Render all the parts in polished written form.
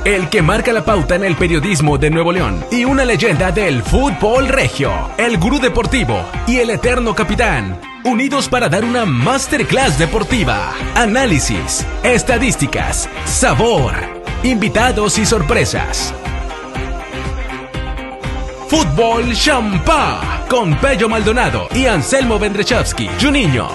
el que marca la pauta en el periodismo de Nuevo León y una leyenda del fútbol regio, el gurú deportivo y el eterno capitán, unidos para dar una masterclass deportiva, análisis, estadísticas, sabor, invitados y sorpresas. Fútbol Champá con Pello Maldonado y Anselmo Vendrechowski, Juninho.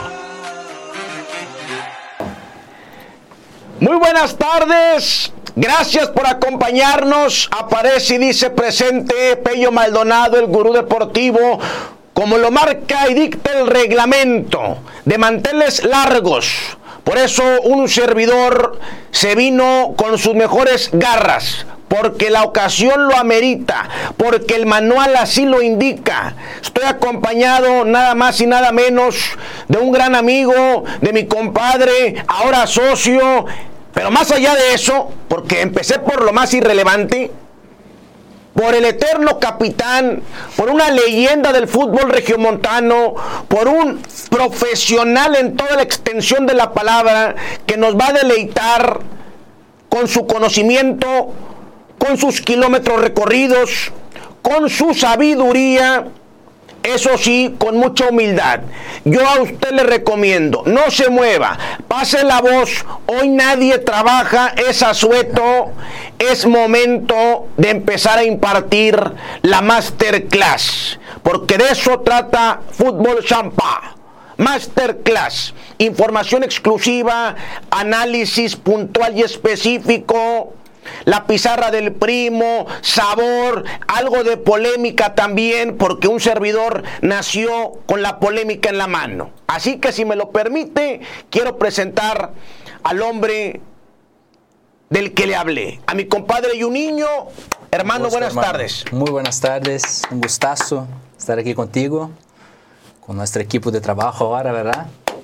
Muy buenas tardes, gracias por acompañarnos. Aparece y dice presente Pello Maldonado, el gurú deportivo, como lo marca y dicta el reglamento, de manteles largos. Por eso un servidor se vino con sus mejores garras, porque la ocasión lo amerita, porque el manual así lo indica. Estoy acompañado nada más y nada menos de un gran amigo, de mi compadre, ahora socio, pero más allá de eso, porque empecé por lo más irrelevante, por el eterno capitán, por una leyenda del fútbol regiomontano, por un profesional en toda la extensión de la palabra, que nos va a deleitar con su conocimiento, con sus kilómetros recorridos, con su sabiduría, eso sí, con mucha humildad. Yo a usted le recomiendo, no se mueva, pase la voz, hoy nadie trabaja, es asueto, es momento de empezar a impartir la masterclass, porque de eso trata Fútbol Champá. Masterclass, información exclusiva, análisis puntual y específico, la pizarra del primo, sabor, algo de polémica también, porque un servidor nació con la polémica en la mano. Así que si me lo permite, quiero presentar al hombre del que le hablé, a mi compadre Juninho. Hermano, buenas tardes. Muy buenas tardes, un gustazo estar aquí contigo, con nuestro equipo de trabajo ahora, ¿verdad?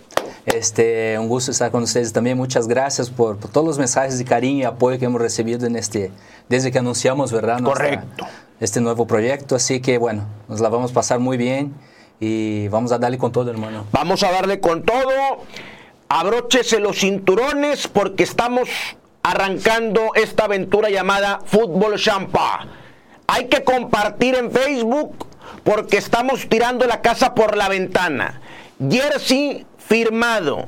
Un gusto estar con ustedes también. Muchas gracias por todos los mensajes de cariño y apoyo que hemos recibido desde que anunciamos, ¿verdad? Correcto. Este nuevo proyecto. Así que, bueno, nos la vamos a pasar muy bien y vamos a darle con todo, hermano. Vamos a darle con todo. Abróchese los cinturones porque estamos arrancando esta aventura llamada Fútbol Champá. Hay que compartir en Facebook porque estamos tirando la casa por la ventana. Jersey firmado.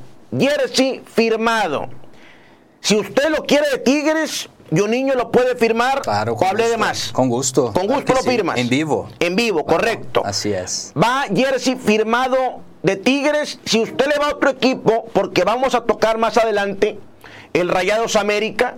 Si usted lo quiere de Tigres, Juninho lo puede firmar. Claro, o hable de más. Con gusto. Con gusto lo firmas. En vivo. En vivo, bueno, correcto. Así es. Va jersey firmado de Tigres. Si usted le va a otro equipo, porque vamos a tocar más adelante el Rayados América.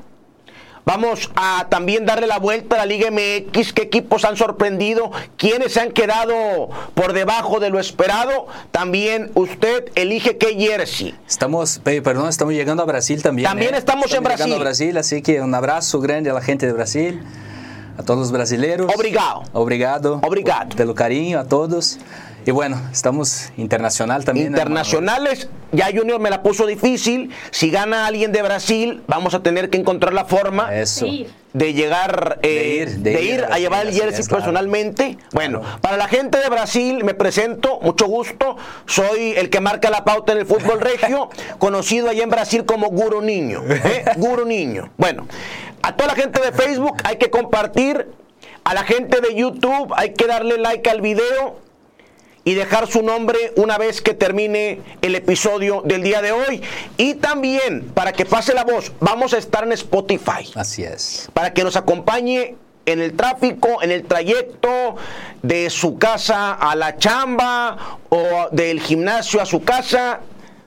Vamos a también darle la vuelta a la Liga MX, qué equipos han sorprendido, quiénes se han quedado por debajo de lo esperado. También usted elige qué jersey. Estamos llegando a Brasil también. También estamos en Brasil. Llegando a Brasil, así que un abrazo grande a la gente de Brasil, a todos los brasileños. Obrigado. Pelo cariño a todos. Y bueno, estamos internacional también. Internacionales, hermano. Ya Junior me la puso difícil. Si gana alguien de Brasil, vamos a tener que encontrar la forma de llegar, de ir a llevar el jersey personalmente. Claro. Bueno, para la gente de Brasil, me presento, mucho gusto. Soy el que marca la pauta en el fútbol regio, conocido allá en Brasil como Juninho. Juninho. Bueno, a toda la gente de Facebook hay que compartir. A la gente de YouTube hay que darle like al video y dejar su nombre una vez que termine el episodio del día de hoy. Y también, para que pase la voz, vamos a estar en Spotify. Así es. Para que nos acompañe en el tráfico, en el trayecto de su casa a la chamba o del gimnasio a su casa.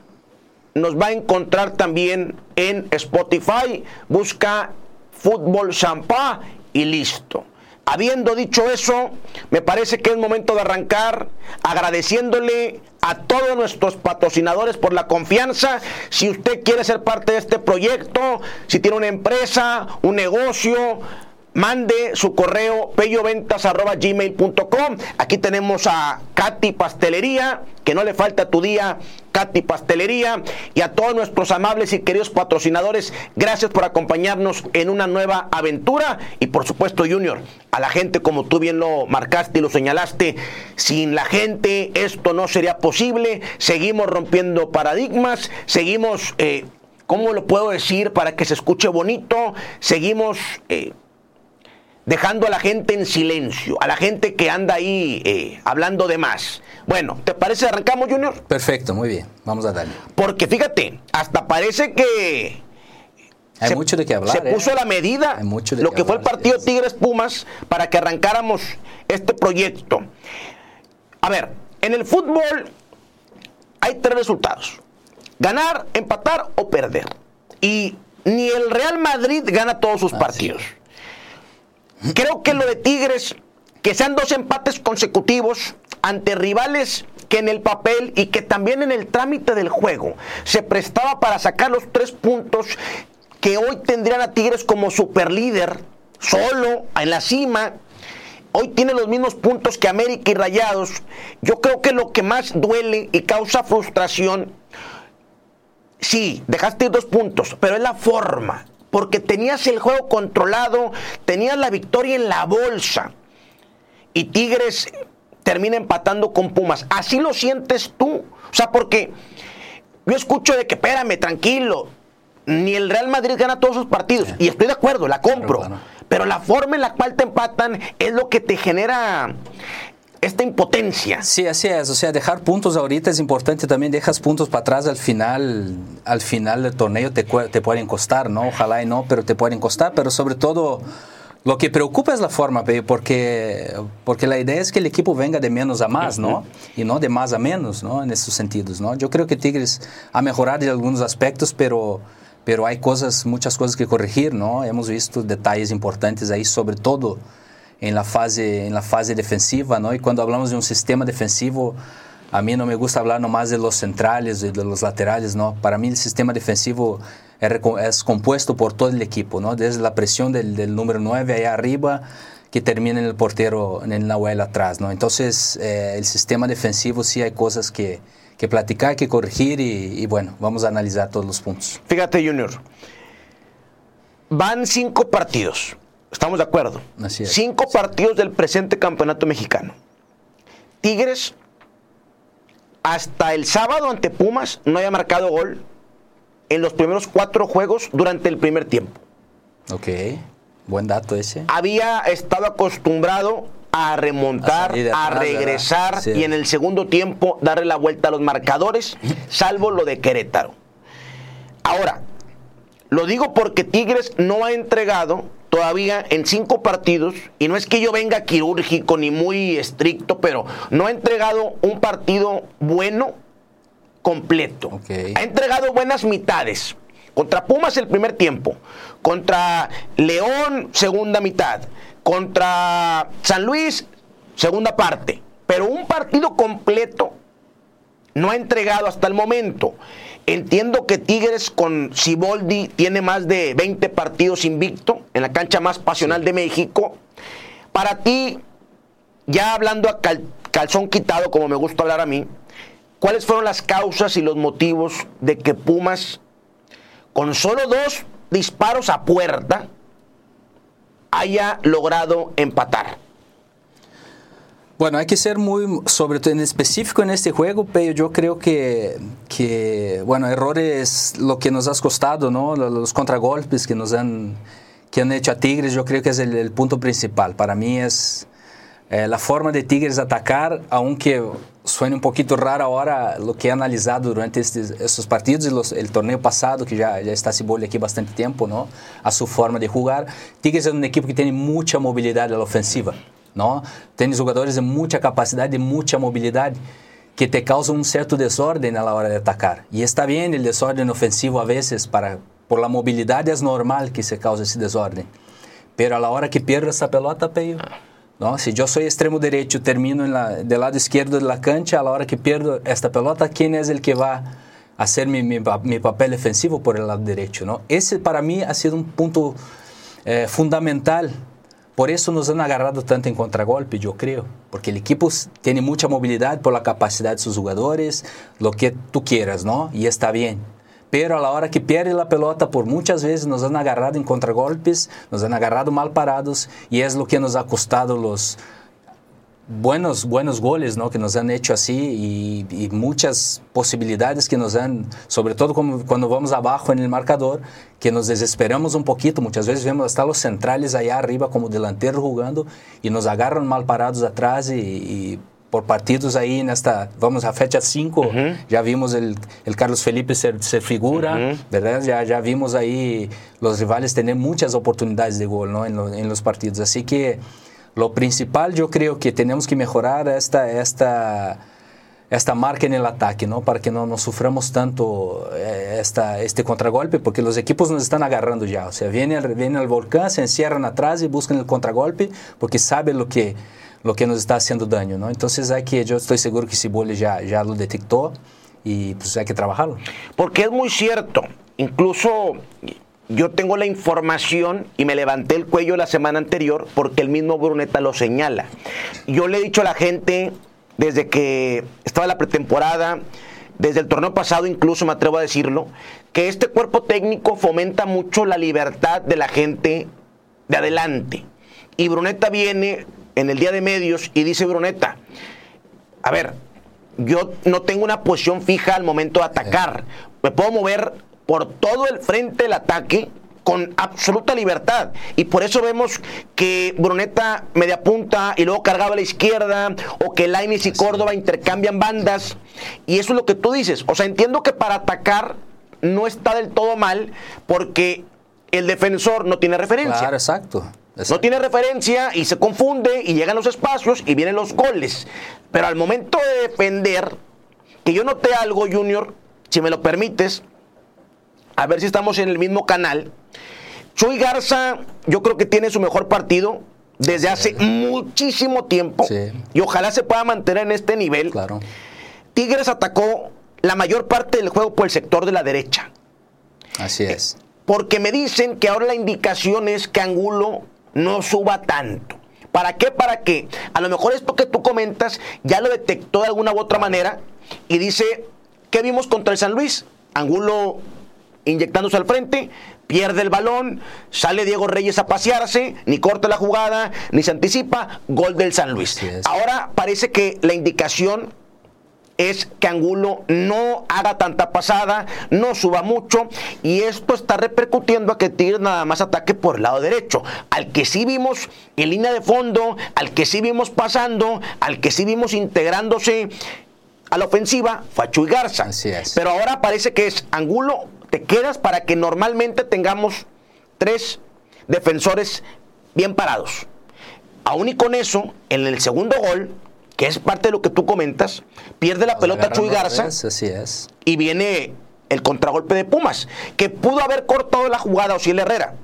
Nos va a encontrar también en Spotify. Busca Fútbol Champá y listo. Habiendo dicho eso, me parece que es momento de arrancar agradeciéndole a todos nuestros patrocinadores por la confianza. Si usted quiere ser parte de este proyecto, si tiene una empresa, un negocio, mande su correo pelloventas@gmail.com. Aquí tenemos a Katy Pastelería, que no le falta a tu día, Katy Pastelería, y a todos nuestros amables y queridos patrocinadores, gracias por acompañarnos en una nueva aventura. Y por supuesto, Junior, a la gente, como tú bien lo marcaste y lo señalaste, sin la gente esto no sería posible. Seguimos rompiendo paradigmas, seguimos ¿cómo lo puedo decir para que se escuche bonito? Seguimos dejando a la gente en silencio, a la gente que anda ahí hablando de más. Bueno, ¿te parece arrancamos, Junior? Perfecto, muy bien, vamos a darle. Porque fíjate, hasta parece que hay mucho de qué hablar. Se puso a la medida lo que fue el partido Tigres-Pumas para que arrancáramos este proyecto. A ver, en el fútbol hay 3 resultados: ganar, empatar o perder. Y ni el Real Madrid gana todos sus partidos. Creo que lo de Tigres, que sean 2 empates consecutivos ante rivales que en el papel y que también en el trámite del juego se prestaba para sacar los 3 puntos que hoy tendrían a Tigres como superlíder, solo, en la cima. Hoy tiene los mismos puntos que América y Rayados. Yo creo que lo que más duele y causa frustración, sí, dejaste ir 2 puntos, pero es la forma. Porque tenías el juego controlado, tenías la victoria en la bolsa. Y Tigres termina empatando con Pumas. ¿Así lo sientes tú? O sea, porque yo escucho de que, espérame, tranquilo, ni el Real Madrid gana todos sus partidos. Sí. Y estoy de acuerdo, la compro. Claro. Pero la forma en la cual te empatan es lo que te genera esta impotencia. Sí, así es. O sea, dejar puntos ahorita es importante. También dejas puntos para atrás al final del torneo te pueden costar, ¿no? Ojalá y no, pero te pueden costar. Pero sobre todo, lo que preocupa es la forma, porque la idea es que el equipo venga de menos a más, ¿no? Y no de más a menos, ¿no? En esos sentidos, ¿no? Yo creo que Tigres ha mejorado en algunos aspectos, pero hay muchas cosas que corregir, ¿no? Hemos visto detalles importantes ahí, sobre todo en la fase defensiva, ¿no? Y cuando hablamos de un sistema defensivo, a mí no me gusta hablar nomás de los centrales y de los laterales, ¿no? Para mí el sistema defensivo es compuesto por todo el equipo, ¿no? Desde la presión del número 9 allá arriba, que termina en el portero, en el Nahuel atrás, ¿no? Entonces, el sistema defensivo sí hay cosas que platicar, que corregir y bueno, vamos a analizar todos los puntos. Fíjate, Junior, van 5 partidos. ¿Estamos de acuerdo? Así es. 5 partidos del presente campeonato mexicano. Tigres, hasta el sábado ante Pumas, no había marcado gol en los primeros 4 juegos durante el primer tiempo. Ok, buen dato ese. Había estado acostumbrado a remontar, a regresar, sí, y en el segundo tiempo darle la vuelta a los marcadores, salvo lo de Querétaro. Ahora, lo digo porque Tigres no ha entregado todavía en 5 partidos, y no es que yo venga quirúrgico ni muy estricto, pero no ha entregado un partido bueno completo. Okay. Ha entregado buenas mitades. Contra Pumas el primer tiempo, contra León segunda mitad, contra San Luis segunda parte, pero un partido completo no ha entregado hasta el momento. Entiendo que Tigres con Siboldi tiene más de 20 partidos invicto en la cancha más pasional de México. Para ti, ya hablando a calzón quitado, como me gusta hablar a mí, ¿cuáles fueron las causas y los motivos de que Pumas, con solo 2 disparos a puerta, haya logrado empatar? Bueno, hay que ser muy, sobre todo en específico en este juego, pero yo creo que bueno, errores, lo que nos ha costado, ¿no? Los contragolpes que han hecho a Tigres, yo creo que es el punto principal. Para mí es la forma de Tigres atacar, aunque suene un poquito raro ahora lo que he analizado durante estos partidos y el torneo pasado, que ya está Siboldi aquí bastante tiempo, ¿no? A su forma de jugar. Tigres es un equipo que tiene mucha movilidad a la ofensiva, ¿no? Tiene jugadores de mucha capacidad, de mucha movilidad, que te causan un cierto desorden a la hora de atacar. Y está bien el desorden ofensivo a veces, por la movilidad es normal que se cause ese desorden. Pero a la hora que pierdo esa pelota, Peyo, ¿no? Si yo soy extremo derecho, termino del lado izquierdo de la cancha, a la hora que pierdo esta pelota, ¿quién es el que va a hacer mi papel defensivo por el lado derecho, ¿no? Ese para mí ha sido un punto fundamental. Por eso nos han agarrado tanto en contragolpe, yo creo. Porque el equipo tiene mucha movilidad por la capacidad de sus jugadores, lo que tú quieras, ¿no? Y está bien. Pero a la hora que pierde la pelota, por muchas veces nos han agarrado en contragolpes, nos han agarrado mal parados, y es lo que nos ha costado buenos goles, ¿no? Que nos han hecho así y muchas posibilidades que nos dan, sobre todo cuando vamos abajo en el marcador, que nos desesperamos un poquito. Muchas veces vemos hasta los centrales allá arriba como delanteros jugando y nos agarran mal parados atrás y por partidos ahí vamos a fecha 5, ya vimos el Carlos Felipe ser figura, ¿verdad? Ya vimos ahí los rivales tener muchas oportunidades de gol, ¿no? en los partidos. Así que lo principal yo creo que tenemos que mejorar esta marca en el ataque, ¿no? Para que no nos suframos tanto este contragolpe, porque los equipos nos están agarrando ya. O sea, vienen al volcán, se encierran atrás y buscan el contragolpe porque saben lo que nos está haciendo daño, ¿no? Entonces yo estoy seguro que Siboldi ya lo detectó y pues hay que trabajarlo. Porque es muy cierto, incluso yo tengo la información y me levanté el cuello la semana anterior porque el mismo Brunetta lo señala. Yo le he dicho a la gente desde que estaba la pretemporada, desde el torneo pasado incluso me atrevo a decirlo, que este cuerpo técnico fomenta mucho la libertad de la gente de adelante. Y Brunetta viene en el día de medios y dice Brunetta, a ver, yo no tengo una posición fija al momento de atacar, me puedo mover por todo el frente del ataque con absoluta libertad, y por eso vemos que Brunetta media punta y luego cargaba a la izquierda, o que Lainez y Córdoba intercambian bandas, y eso es lo que tú dices. O sea, entiendo que para atacar no está del todo mal, porque el defensor no tiene referencia. Claro, exacto. No tiene referencia y se confunde y llegan los espacios y vienen los goles. Pero al momento de defender, que yo noté algo, Junior, si me lo permites, a ver si estamos en el mismo canal. Chuy Garza, yo creo que tiene su mejor partido desde hace muchísimo tiempo. Sí. Y ojalá se pueda mantener en este nivel. Claro. Tigres atacó la mayor parte del juego por el sector de la derecha. Así es. Porque me dicen que ahora la indicación es que Angulo no suba tanto. ¿Para qué? Para que a lo mejor esto que tú comentas ya lo detectó de alguna u otra manera y dice, ¿qué vimos contra el San Luis? Angulo inyectándose al frente, pierde el balón, sale Diego Reyes a pasearse, ni corta la jugada, ni se anticipa, gol del San Luis. Ahora parece que la indicación es que Angulo no haga tanta pasada, no suba mucho, y esto está repercutiendo a que Tigres nada más ataque por el lado derecho. Al que sí vimos en línea de fondo, al que sí vimos pasando, al que sí vimos integrándose a la ofensiva, fue a Chuy Garza. Así es. Pero ahora parece que es Angulo, te quedas para que normalmente tengamos 3 defensores bien parados. Aún y con eso, en el segundo gol, que es parte de lo que tú comentas, pierde la pelota Chuy Garza, así es, y viene el contragolpe de Pumas, que pudo haber cortado la jugada Osiel Herrera.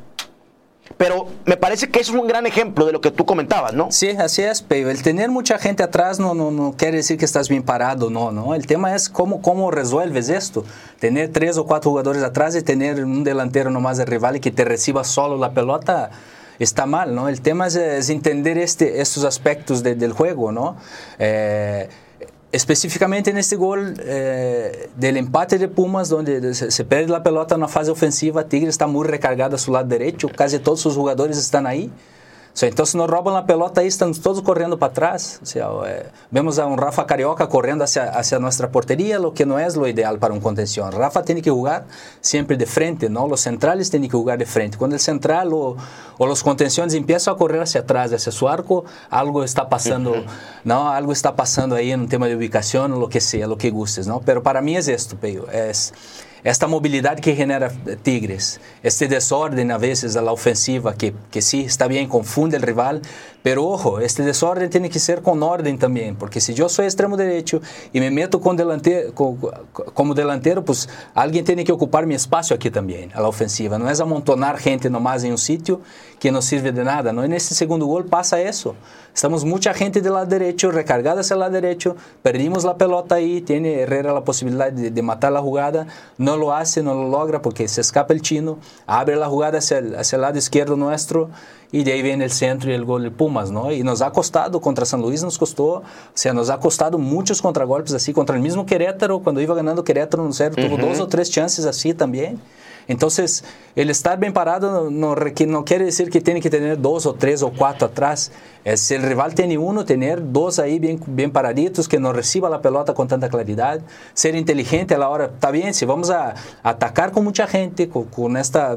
Pero me parece que eso es un gran ejemplo de lo que tú comentabas, ¿no? Sí, así es, pero el tener mucha gente atrás no quiere decir que estás bien parado, no. El tema es cómo resuelves esto. Tener 3 o 4 jugadores atrás y tener un delantero nomás de rival y que te reciba solo la pelota está mal, ¿no? El tema es entender estos aspectos del juego, ¿no? Específicamente en este gol del empate de Pumas, donde se pierde la pelota en la fase ofensiva, Tigre está muy recargado a su lado derecho, casi todos sus jugadores están ahí. O sea, entonces nos roban la pelota y están todos corriendo para atrás. O sea, vemos a un Rafa Carioca corriendo hacia nuestra portería, lo que no es lo ideal para un contención. Rafa tiene que jugar siempre de frente, ¿no? Los centrales tienen que jugar de frente. Cuando el central o los contenciones empiezan a correr hacia atrás, hacia su arco, algo está pasando, ¿no? Algo está pasando ahí en un tema de ubicación o lo que sea, lo que gustes, ¿no? Pero para mí es esto, Peyo, es esta movilidad que genera Tigres, este desorden a veces a la ofensiva que sí, está bien, confunde el rival, pero ojo, este desorden tiene que ser con orden también, porque si yo soy extremo derecho y me meto como delantero, pues alguien tiene que ocupar mi espacio aquí también, a la ofensiva, no es amontonar gente nomás en un sitio que no sirve de nada, ¿no? En este segundo gol pasa eso, estamos mucha gente del lado derecho, recargada hacia el lado derecho, perdimos la pelota ahí, tiene Herrera la posibilidad de matar la jugada, no lo hace, no lo logra porque se escapa el chino, abre la jugada hacia el lado izquierdo nuestro y de ahí viene el centro y el gol de Pumas, ¿no? Y nos ha costado, contra San Luis nos costó, o sea, nos ha costado muchos contragolpes así, contra el mismo Querétaro, cuando iba ganando Querétaro 1-0, tuvo 2 o 3 chances así también. Entonces, el estar bien parado no quiere decir que tiene que tener 2 o 3 o 4 atrás. Si el rival tiene uno, tener 2 ahí bien paraditos, que no reciba la pelota con tanta claridad. Ser inteligente a la hora, está bien, si vamos a atacar con mucha gente, con esta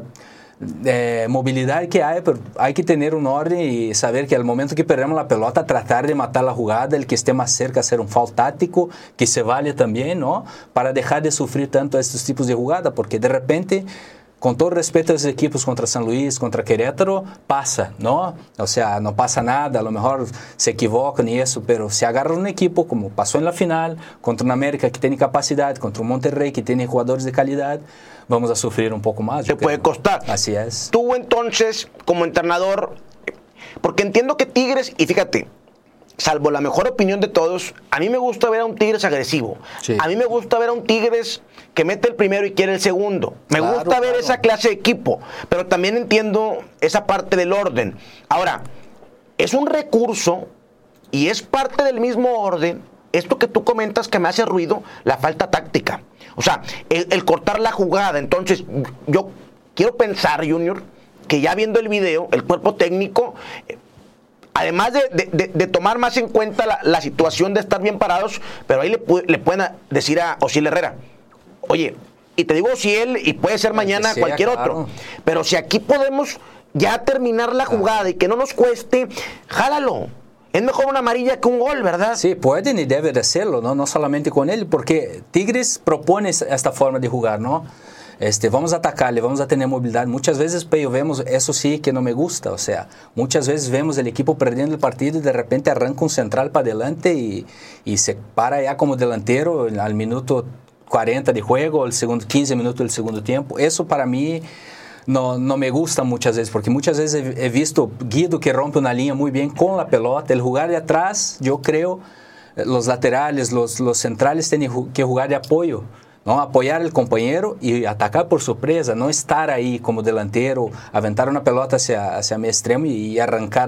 movilidad que hay, pero hay que tener un orden y saber que al momento que perdemos la pelota, tratar de matar la jugada, el que esté más cerca, hacer un foul táctico, que se vale también, ¿no? Para dejar de sufrir tanto estos tipos de jugada, porque de repente, con todo respeto a los equipos contra San Luis, contra Querétaro, pasa, ¿no? O sea, no pasa nada, a lo mejor se equivocan y eso, pero si agarran un equipo como pasó en la final, contra un América que tiene capacidad, contra un Monterrey que tiene jugadores de calidad, vamos a sufrir un poco más. Se puede costar. Así es. Tú entonces, como entrenador, porque entiendo que Tigres, y fíjate, salvo la mejor opinión de todos, a mí me gusta ver a un Tigres agresivo. Sí. A mí me gusta ver a un Tigres que mete el primero y quiere el segundo. Me gusta ver esa clase de equipo, pero también entiendo esa parte del orden. Ahora, es un recurso y es parte del mismo orden. Esto que tú comentas que me hace ruido, la falta táctica. O sea, el cortar la jugada. Entonces, yo quiero pensar, Junior, que ya viendo el video, el cuerpo técnico, además de tomar más en cuenta la situación de estar bien parados, pero ahí le pueden decir a Osiel Herrera, oye, y te digo Osiel, y puede ser mañana cualquier otro, pero si aquí podemos ya terminar la jugada y que no nos cueste, jálalo. Es mejor una amarilla que un gol, ¿verdad? Sí, pueden y deben de hacerlo, ¿no? No solamente con él, porque Tigres propone esta forma de jugar, ¿no? Vamos a atacarle, vamos a tener movilidad. Muchas veces, pero vemos, eso sí que no me gusta, o sea, muchas veces vemos el equipo perdiendo el partido y de repente arranca un central para adelante y se para ya como delantero al minuto 40 de juego, el segundo 15 minutos del segundo tiempo. Eso para mí no me gusta muchas veces, porque muchas veces he visto Guido que rompe una línea muy bien con la pelota. El jugar de atrás, yo creo, los laterales, los centrales tienen que jugar de apoyo, ¿no? Apoyar al compañero y atacar por sorpresa, no estar ahí como delantero, aventar una pelota hacia mi extremo y arrancar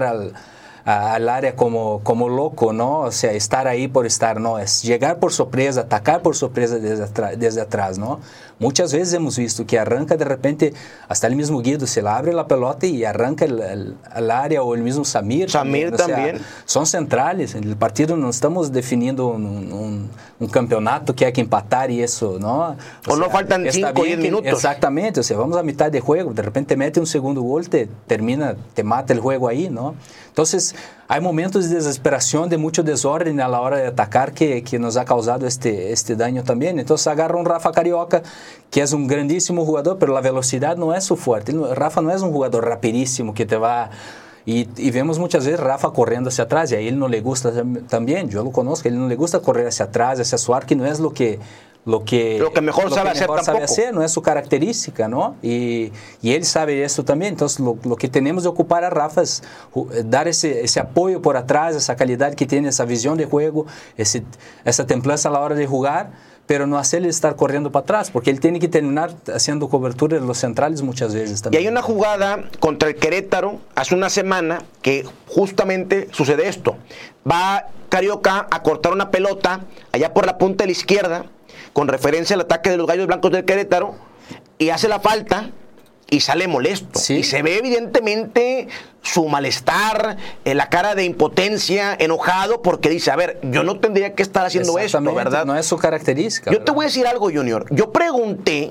al área como loco, ¿no? O sea, estar ahí por estar, no, es llegar por sorpresa, atacar por sorpresa desde atrás, ¿no? Muchas veces hemos visto que arranca de repente, hasta el mismo Guido se le abre la pelota y arranca al área, o el mismo Samir también. O sea, son centrales, en el partido no estamos definiendo un campeonato que hay que empatar y eso, ¿no? O sea, no faltan 5 o 10 minutos. Exactamente, o sea, vamos a mitad de juego, de repente mete un segundo gol, te mata el juego ahí, ¿no? Entonces, hay momentos de desesperación, de mucho desorden a la hora de atacar que nos ha causado este daño también. Entonces agarra un Rafa Carioca, que es un grandísimo jugador, pero la velocidad no es su fuerte. Rafa no es un jugador rapidísimo que te va... Y vemos muchas veces Rafa corriendo hacia atrás, y a él no le gusta también, yo lo conozco, a él no le gusta correr hacia atrás, hacia su arco, que no es lo que mejor sabe hacer, no es su característica, ¿no? Y él sabe eso también. Entonces lo que tenemos de ocupar a Rafa es dar ese apoyo por atrás, esa calidad que tiene, esa visión de juego, esa templanza a la hora de jugar, pero no hacerle estar corriendo para atrás, porque él tiene que terminar haciendo cobertura de los centrales muchas veces también. Y hay una jugada contra el Querétaro hace una semana que justamente sucede esto. Va Carioca a cortar una pelota allá por la punta de la izquierda, con referencia al ataque de los Gallos Blancos del Querétaro, y hace la falta y sale molesto. Sí. Y se ve evidentemente su malestar, la cara de impotencia, enojado, porque dice, a ver, yo no tendría que estar haciendo esto, ¿verdad? No es su característica. Yo te voy a decir algo, Junior. Yo pregunté,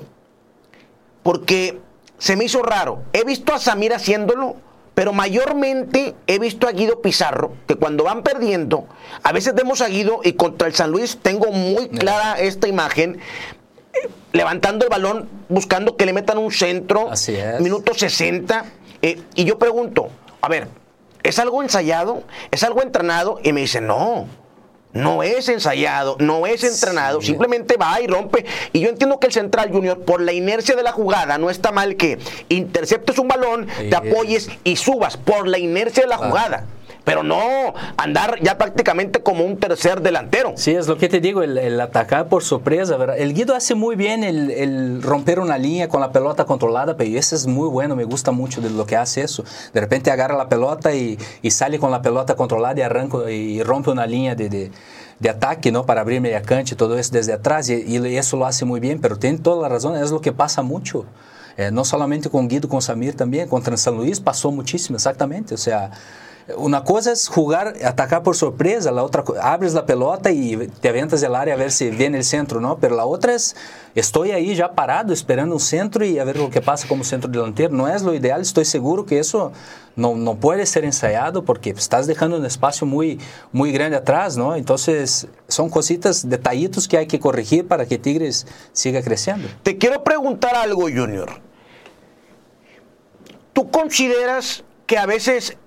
porque se me hizo raro. He visto a Samir haciéndolo, pero mayormente he visto a Guido Pizarro, que cuando van perdiendo, a veces vemos a Guido, y contra el San Luis tengo muy clara esta imagen, levantando el balón, buscando que le metan un centro, minuto 60, y yo pregunto, a ver, ¿es algo ensayado? ¿Es algo entrenado? Y me dicen, no es ensayado, no es entrenado, simplemente va y rompe. Y yo entiendo que el central, Junior, por la inercia de la jugada, no está mal que interceptes un balón, te apoyes y subas por la inercia de la jugada. Pero no andar ya prácticamente como un tercer delantero. Sí, es lo que te digo, el atacar por sorpresa, ¿verdad? El Guido hace muy bien el romper una línea con la pelota controlada, pero ese es muy bueno, me gusta mucho de lo que hace eso. De repente agarra la pelota y sale con la pelota controlada y arranca y rompe una línea de ataque, ¿no? Para abrir media cancha y todo eso desde atrás, y eso lo hace muy bien, pero tiene toda la razón, es lo que pasa mucho. no solamente con Guido, con Samir también, contra San Luis pasó muchísimo, exactamente, o sea, una cosa es jugar, atacar por sorpresa, la otra, abres la pelota y te aventas el área a ver si viene el centro, ¿no? Pero la otra es, estoy ahí ya parado esperando un centro y a ver lo que pasa como centro delantero. No es lo ideal, estoy seguro que eso no puede ser ensayado porque estás dejando un espacio muy grande atrás, ¿no? Entonces son cositas, detallitos que hay que corregir para que Tigres siga creciendo. Te quiero preguntar algo, Junior. ¿Tú consideras que a veces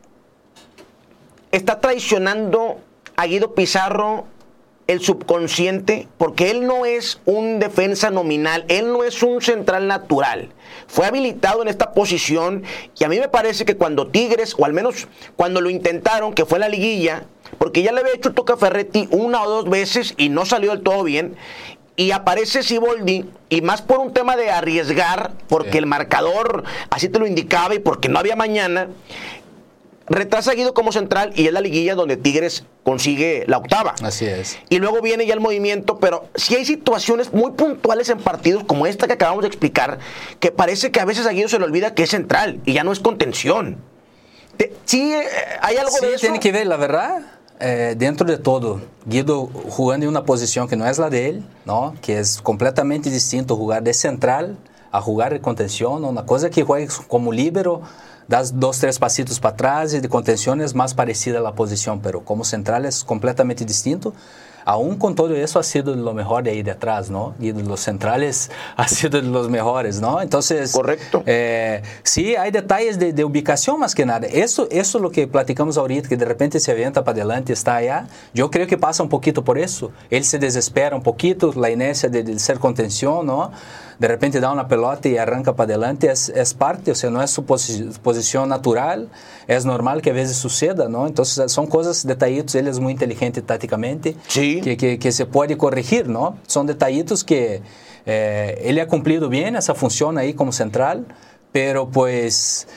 está traicionando a Guido Pizarro el subconsciente? Porque él no es un defensa nominal, él no es un central natural. Fue habilitado en esta posición y a mí me parece que cuando Tigres, o al menos cuando lo intentaron, que fue en la liguilla, porque ya le había hecho Tuca Ferretti 1 o 2 veces y no salió del todo bien, y aparece Siboldi, y más por un tema de arriesgar, porque el marcador así te lo indicaba y porque no había mañana, retrasa a Guido como central y es la liguilla donde Tigres consigue la 8ª. Así es. Y luego viene ya el movimiento, pero sí hay situaciones muy puntuales en partidos como esta que acabamos de explicar, que parece que a veces a Guido se le olvida que es central y ya no es contención. Sí, hay algo de eso. Tiene que ver, la verdad, dentro de todo, Guido jugando en una posición que no es la de él, ¿no? Que es completamente distinto jugar de central a jugar de contención, una cosa que juegues como líbero, das 2, 3 pasitos para atrás y de contención es más parecida a la posición, pero como central es completamente distinto. Aún con todo eso ha sido lo mejor de ahí de atrás, ¿no? Y de los centrales ha sido de los mejores, ¿no? Entonces, correcto. Sí, hay detalles de ubicación más que nada. Eso es lo que platicamos ahorita, que de repente se avienta para adelante y está allá. Yo creo que pasa un poquito por eso. Él se desespera un poquito, la inercia de ser contención, ¿no? De repente da una pelota y arranca para adelante, es parte, o sea, no es su posición natural, es normal que a veces suceda, ¿no? Entonces son cosas, detallitos, él es muy inteligente tácticamente, sí, que se puede corregir, ¿no? Son detallitos que él ha cumplido bien esa función ahí como central, pero pues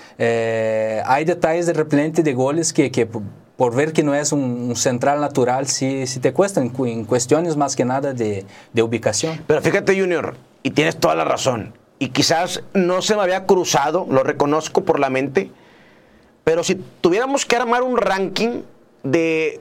hay detalles de repente de goles que por ver que no es un central natural, sí te cuestan en cuestiones más que nada de ubicación. Pero fíjate, Junior, y tienes toda la razón, y quizás no se me había cruzado, lo reconozco por la mente, pero si tuviéramos que armar un ranking de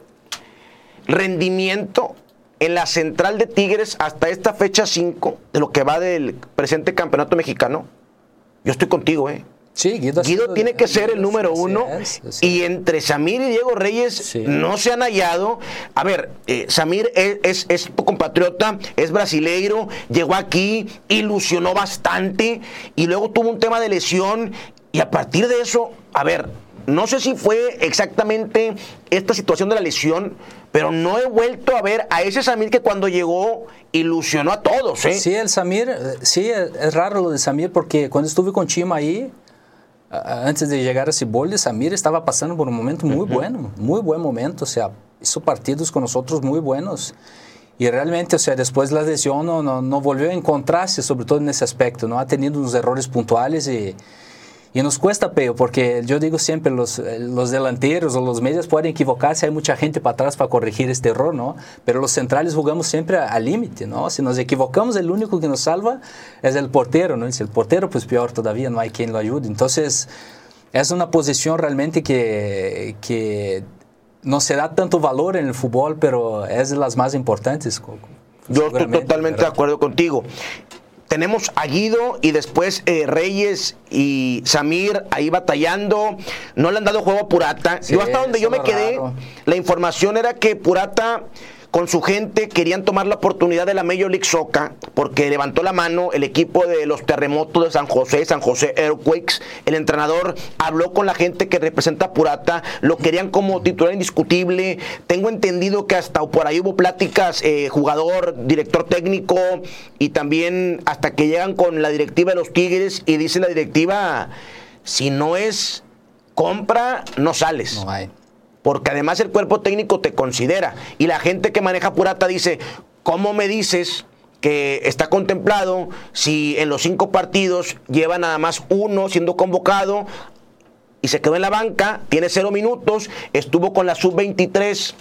rendimiento en la central de Tigres hasta esta fecha 5, de lo que va del presente campeonato mexicano, yo estoy contigo, Sí, Guido tiene que ser el número 1 y entre Samir y Diego Reyes no se han hallado. A ver, Samir es tu compatriota, es brasileiro, llegó aquí, ilusionó bastante y luego tuvo un tema de lesión y a partir de eso, a ver, no sé si fue exactamente esta situación de la lesión, pero no he vuelto a ver a ese Samir que cuando llegó ilusionó a todos, Sí, el Samir, es raro lo de Samir porque cuando estuve con Chima ahí, antes de llegar a Siboldi, Samir estaba pasando por un momento muy bueno, muy buen momento, o sea, hizo partidos con nosotros muy buenos y realmente, o sea, después de la lesión no volvió a encontrarse, sobre todo en ese aspecto, ¿no? Ha tenido unos errores puntuales y nos cuesta, Peo, porque yo digo siempre, los delanteros o los medios pueden equivocarse, hay mucha gente para atrás para corregir este error, ¿no? Pero los centrales jugamos siempre al límite, ¿no? Si nos equivocamos, el único que nos salva es el portero, ¿no? Y si el portero, pues peor todavía, no hay quien lo ayude. Entonces, es una posición realmente que no se da tanto valor en el fútbol, pero es de las más importantes. Yo estoy totalmente de acuerdo contigo. Tenemos a Guido y después Reyes y Samir ahí batallando. No le han dado juego a Purata. Yo hasta donde yo me quedé, la información era que Purata con su gente querían tomar la oportunidad de la Major League Soccer porque levantó la mano el equipo de los Terremotos de San José Earthquakes. El entrenador habló con la gente que representa a Purata, lo querían como titular indiscutible. Tengo entendido que hasta por ahí hubo pláticas, jugador, director técnico y también hasta que llegan con la directiva de los Tigres y dice la directiva, si no es compra, no sales. No hay. Porque además el cuerpo técnico te considera. Y la gente que maneja Purata dice, ¿cómo me dices que está contemplado si en los 5 partidos lleva nada más 1 siendo convocado y se quedó en la banca, tiene 0 minutos, estuvo con la sub-23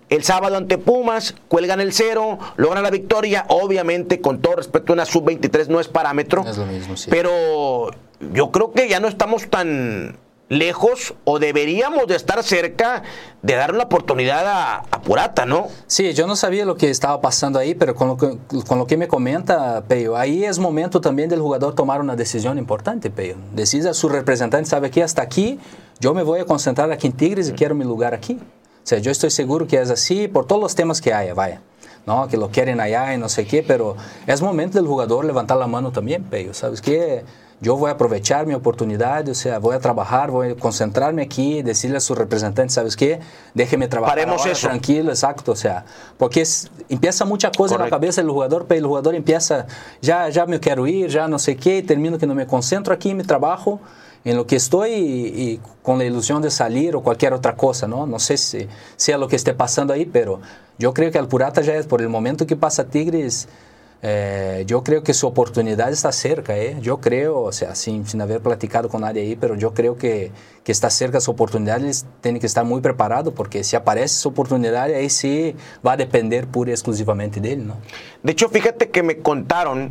el sábado ante Pumas, cuelgan el 0, logran la victoria. Obviamente, con todo respeto, una sub-23 no es parámetro. Es lo mismo, sí. Pero yo creo que ya no estamos tan lejos, o deberíamos de estar cerca de dar una oportunidad a Purata, ¿no? Sí, yo no sabía lo que estaba pasando ahí, pero con lo que me comenta, Peyo, ahí es momento también del jugador tomar una decisión importante, Peyo. Decide a su representante, ¿sabe qué? Hasta aquí, yo me voy a concentrar aquí en Tigres y quiero mi lugar aquí. O sea, yo estoy seguro que es así por todos los temas que haya, vaya. ¿No? Que lo quieren allá y no sé qué, pero es momento del jugador levantar la mano también, Peyo. ¿Sabes qué? Yo voy a aprovechar mi oportunidad, o sea, voy a trabajar, voy a concentrarme aquí, decirle a su representante, ¿sabes qué? Déjeme trabajar Paremos ahora, eso. tranquilo, exacto, o sea, porque empieza mucha cosa en la cabeza del jugador, pero el jugador empieza, ya me quiero ir, ya no sé qué, y termino que no me concentro aquí en mi trabajo, en lo que estoy y con la ilusión de salir o cualquier otra cosa, ¿no? No sé si sea lo que esté pasando ahí, pero yo creo que al Purata ya es por el momento que pasa Tigres. Yo creo que su oportunidad está cerca, yo creo, o sea, sin haber platicado con nadie ahí, pero yo creo que está cerca su oportunidad. Él tiene que estar muy preparado, porque si aparece su oportunidad, ahí sí va a depender pura y exclusivamente de él, ¿no? De hecho, fíjate que me contaron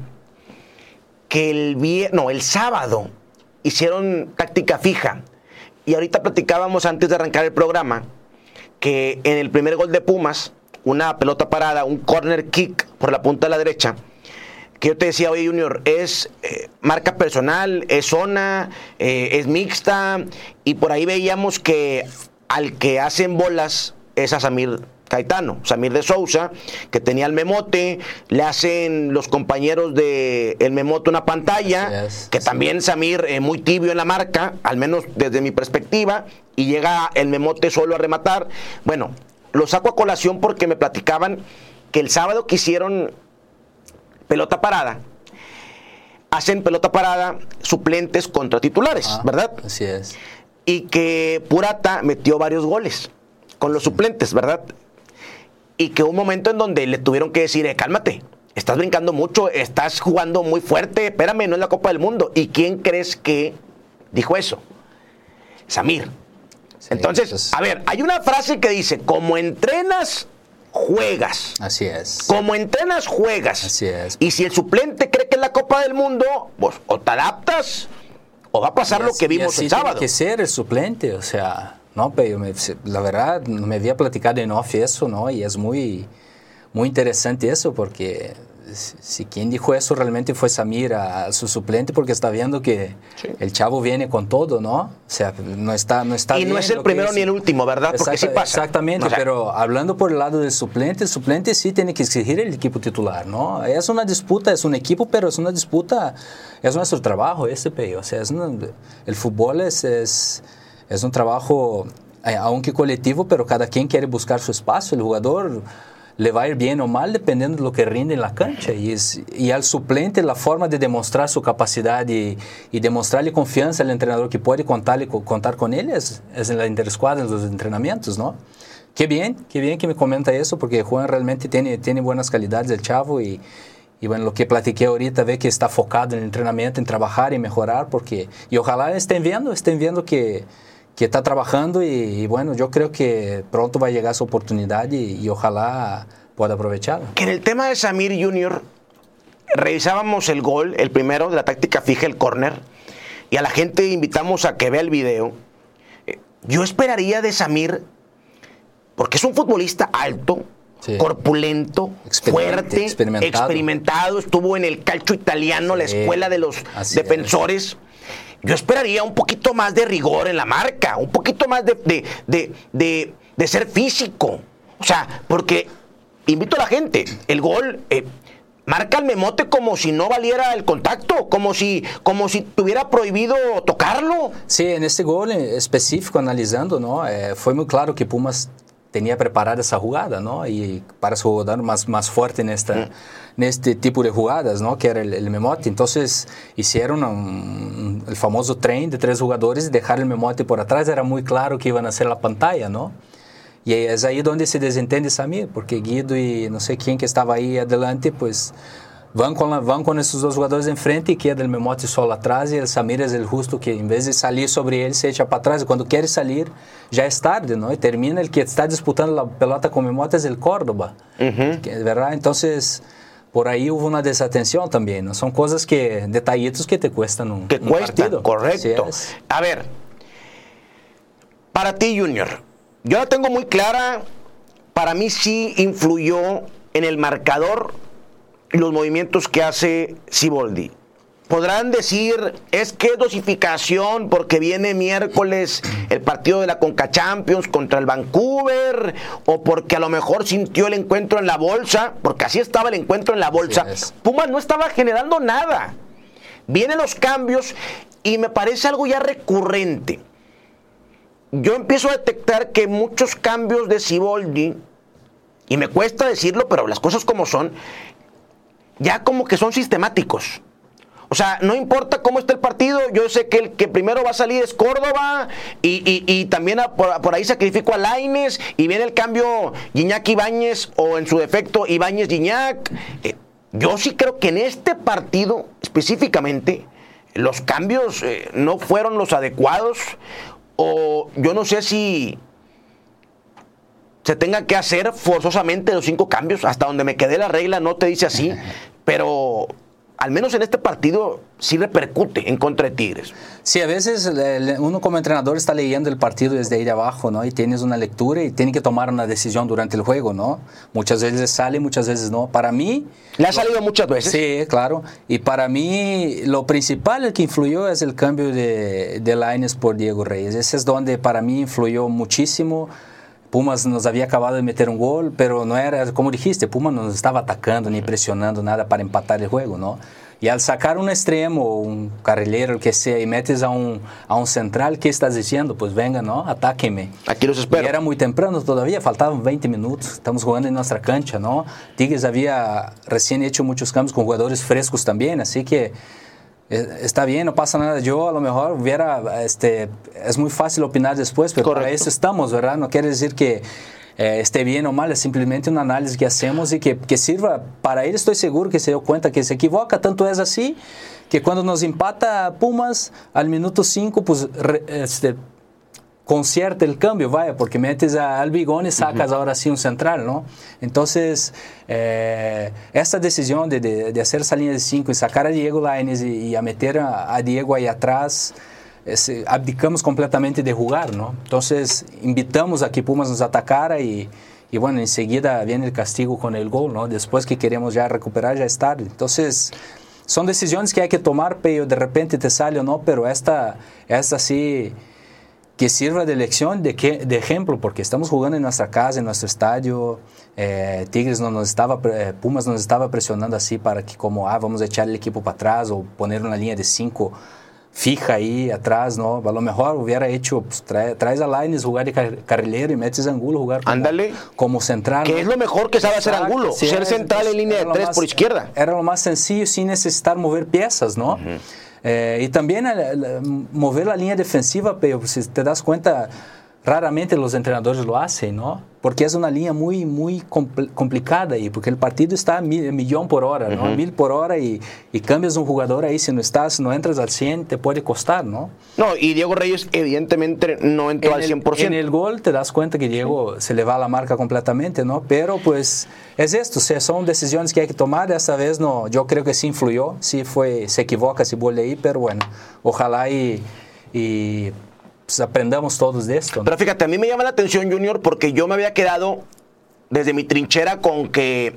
que el sábado hicieron táctica fija, y ahorita platicábamos antes de arrancar el programa que en el primer gol de Pumas, una pelota parada, un corner kick por la punta de la derecha, que yo te decía, oye Junior, es marca personal, es zona, es mixta, y por ahí veíamos que al que hacen bolas es a Samir Caetano, Samir de Sousa, que tenía el memote, le hacen los compañeros de el memote una pantalla, que también Samir muy tibio en la marca, al menos desde mi perspectiva, y llega el memote solo a rematar. Bueno, lo saco a colación porque me platicaban que el sábado que hicieron pelota parada, hacen pelota parada suplentes contra titulares, ¿verdad? Así es. Y que Purata metió varios goles con los suplentes, ¿verdad? Y que un momento en donde le tuvieron que decir, cálmate, estás brincando mucho, estás jugando muy fuerte, espérame, no es la Copa del Mundo. ¿Y quién crees que dijo eso? Samir. Sí, entonces, a ver, hay una frase que dice, como entrenas, juegas. Así es. Como entrenas, juegas. Así es. Y si el suplente cree que es la Copa del Mundo, pues o te adaptas o va a pasar lo que vimos el sábado. Tiene que ser el suplente, o sea, no, pero la verdad no me había platicado en off eso, ¿no? Y es muy, muy interesante eso, porque si quien dijo eso realmente fue Samir a su suplente, porque está viendo que el chavo viene con todo, ¿no? O sea, no está y no es el primero ni el último, ¿verdad? Porque sí pasa. Exactamente, o sea, pero hablando por el lado del suplente, el suplente sí tiene que exigir el equipo titular, ¿no? Es una disputa, es un equipo, pero es una disputa, es nuestro trabajo, o sea, el fútbol es un trabajo, aunque colectivo, pero cada quien quiere buscar su espacio. El jugador le va a ir bien o mal dependiendo de lo que rinde en la cancha, y al suplente la forma de demostrar su capacidad y demostrarle confianza al entrenador que puede contar con él es en la interescuadra, en los entrenamientos, ¿no? Qué bien que me comenta eso, porque Juan realmente tiene buenas calidades el chavo, y bueno, lo que platiqué ahorita, ve que está focado en el entrenamiento, en trabajar y mejorar, y ojalá estén viendo que está trabajando, y bueno, yo creo que pronto va a llegar su oportunidad, y ojalá pueda aprovecharla. Que en el tema de Samir Junior, revisábamos el gol, el primero de la táctica fija, el córner, y a la gente invitamos a que vea el video. Yo esperaría de Samir, porque es un futbolista alto, sí, corpulento, fuerte, experimentado, estuvo en el calcio italiano, sí, la escuela de los defensores. Yo esperaría un poquito más de rigor en la marca, un poquito más de ser físico. O sea, porque invito a la gente, el gol marca el memote como si no valiera el contacto, como si tuviera prohibido tocarlo. Sí, en este gol específico, analizando, ¿no? Fue muy claro que Pumas tenía preparada esa jugada, ¿no? Y para su jugador más fuerte en este tipo de jugadas, ¿no? Que era el memote. Entonces hicieron el famoso tren de 3 jugadores y dejar el memote por atrás. Era muy claro que iban a hacer la pantalla, ¿no? Y es ahí donde se desentende Samir, porque Guido y no sé quién que estaba ahí adelante, pues van con esos dos jugadores enfrente y queda el Memote solo atrás y el Samir es el justo que en vez de salir sobre él se echa para atrás y cuando quiere salir ya es tarde, ¿no? Y termina el que está disputando la pelota con Memote es el Córdoba, ¿verdad? Entonces por ahí hubo una desatención también, ¿no? Son cosas detallitos que te cuestan un partido. Correcto. A ver, para ti, Junior, yo la tengo muy clara. Para mí sí influyó en el marcador los movimientos que hace Siboldi. Podrán decir, es que es dosificación porque viene miércoles el partido de la Conca Champions contra el Vancouver, o porque a lo mejor sintió el encuentro en la bolsa, porque así estaba el encuentro en la bolsa. Pumas no estaba generando nada. Vienen los cambios y me parece algo ya recurrente. Yo empiezo a detectar que muchos cambios de Siboldi, y me cuesta decirlo, pero las cosas como son, ya como que son sistemáticos. O sea, no importa cómo esté el partido, yo sé que el que primero va a salir es Córdoba y también por ahí sacrifico a Lainez y viene el cambio Gignac-Ibáñez o en su defecto Ibáñez-Gignac. Yo sí creo que en este partido específicamente los cambios no fueron los adecuados, o yo no sé si se tenga que hacer forzosamente los 5 cambios. Hasta donde me quedé la regla no te dice así, pero al menos en este partido sí repercute en contra de Tigres. Sí, a veces uno como entrenador está leyendo el partido desde ahí de abajo, ¿no? Y tienes una lectura y tiene que tomar una decisión durante el juego, ¿no? Muchas veces sale, muchas veces no. Para mí... ¿Le ha salido muchas veces? Sí, claro. Y para mí lo principal el que influyó es el cambio de Lainez por Diego Reyes. Ese es donde para mí influyó muchísimo. Pumas nos había acabado de meter un gol, pero no era, como dijiste, Pumas no nos estaba atacando ni presionando nada para empatar el juego, ¿no? Y al sacar un extremo, un carrilero, el que sea, y metes a un central, ¿qué estás diciendo? Pues venga, ¿no? Atáqueme. Aquí los espero. Y era muy temprano todavía, faltaban 20 minutos, estamos jugando en nuestra cancha, ¿no? Tigres había recién hecho muchos cambios con jugadores frescos también, así que está bien, no pasa nada. Yo a lo mejor es muy fácil opinar después, pero para eso estamos, ¿verdad? No quiere decir que esté bien o mal, es simplemente un análisis que hacemos y que sirva para él. Estoy seguro que se dio cuenta que se equivoca, tanto es así que cuando nos empata Pumas al minuto 5, pues concierta el cambio, vaya, porque metes a Albigón y sacas ahora sí un central, ¿no? Entonces, esta decisión de hacer esa línea de 5 y sacar a Diego Lainez y a meter a Diego ahí atrás, abdicamos completamente de jugar, ¿no? Entonces, invitamos a que Pumas nos atacara y bueno, enseguida viene el castigo con el gol, ¿no? Después que queremos ya recuperar, ya es tarde. Entonces, son decisiones que hay que tomar, pero de repente te sale o no, pero esta sí... que sirva de lección, de ejemplo, porque estamos jugando en nuestra casa, en nuestro estadio. Tigres Pumas nos estaba presionando así para que vamos a echar el equipo para atrás o poner una línea de 5 fija ahí atrás, ¿no? A lo mejor hubiera hecho, pues, traes a Lainez jugar de carrilero y metes a Angulo jugar como central, que ¿no? es lo mejor que sabe hacer Angulo, sí, ser central en línea de 3 por izquierda. Era lo más sencillo sin necesitar mover piezas, ¿no? Y también mover la línea defensiva, pero si te das cuenta, raramente los entrenadores lo hacen, ¿no? Porque es una línea muy, muy complicada ahí, porque el partido está a 1.000 por hora, ¿no? 1.000 por hora y cambias un jugador ahí, si no entras al 100, te puede costar, ¿no? No, y Diego Reyes evidentemente no entró al 100%. En el gol te das cuenta que Diego se le va la marca completamente, ¿no? Pero pues es esto, o sea, son decisiones que hay que tomar. Esta vez no, yo creo que sí influyó, sí se equivoca si vuelve ahí, pero bueno, ojalá y pues aprendamos todos de esto, ¿no? Pero fíjate, a mí me llama la atención, Junior, porque yo me había quedado desde mi trinchera con que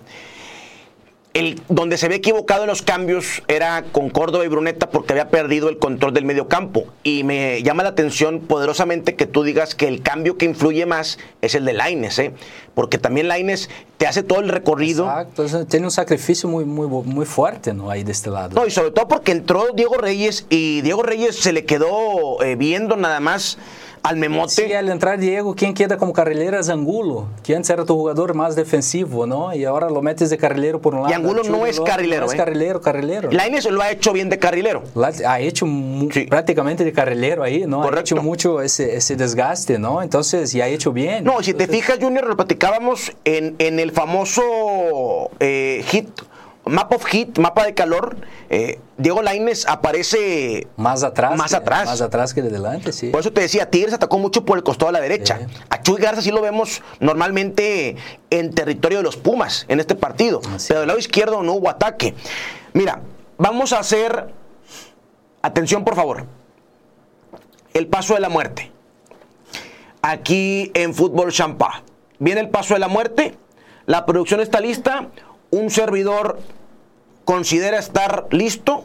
donde se había equivocado en los cambios era con Córdoba y Bruneta, porque había perdido el control del medio campo. Y me llama la atención poderosamente que tú digas que el cambio que influye más es el de Lainez, porque también Lainez te hace todo el recorrido. Exacto, tiene un sacrificio muy, muy, muy fuerte, ¿no? Ahí de este lado. No, y sobre todo porque entró Diego Reyes y Diego Reyes se le quedó viendo nada más al Memote. Sí, al entrar Diego, quien queda como carrilero es Angulo, que antes era tu jugador más defensivo, ¿no? Y ahora lo metes de carrilero por un lado. Y Angulo no es carrilero, no es carrilero. Lainez lo ha hecho bien de carrilero. Ha hecho prácticamente de carrilero ahí, ¿no? Correcto. Ha hecho mucho ese desgaste, ¿no? Entonces, y ha hecho bien. No, si te fijas, Junior, lo platicábamos en el famoso hit Map of Heat, mapa de calor, Diego Lainez aparece más atrás que de delante, sí. Por eso te decía, Tigres atacó mucho por el costado de la derecha. Sí. A Chuy Garza sí lo vemos normalmente en territorio de los Pumas en este partido, pero del lado izquierdo no hubo ataque. Mira, vamos a hacer, atención por favor, el paso de la muerte. Aquí en Fútbol Champá. Viene el paso de la muerte, la producción está lista, un servidor considera estar listo.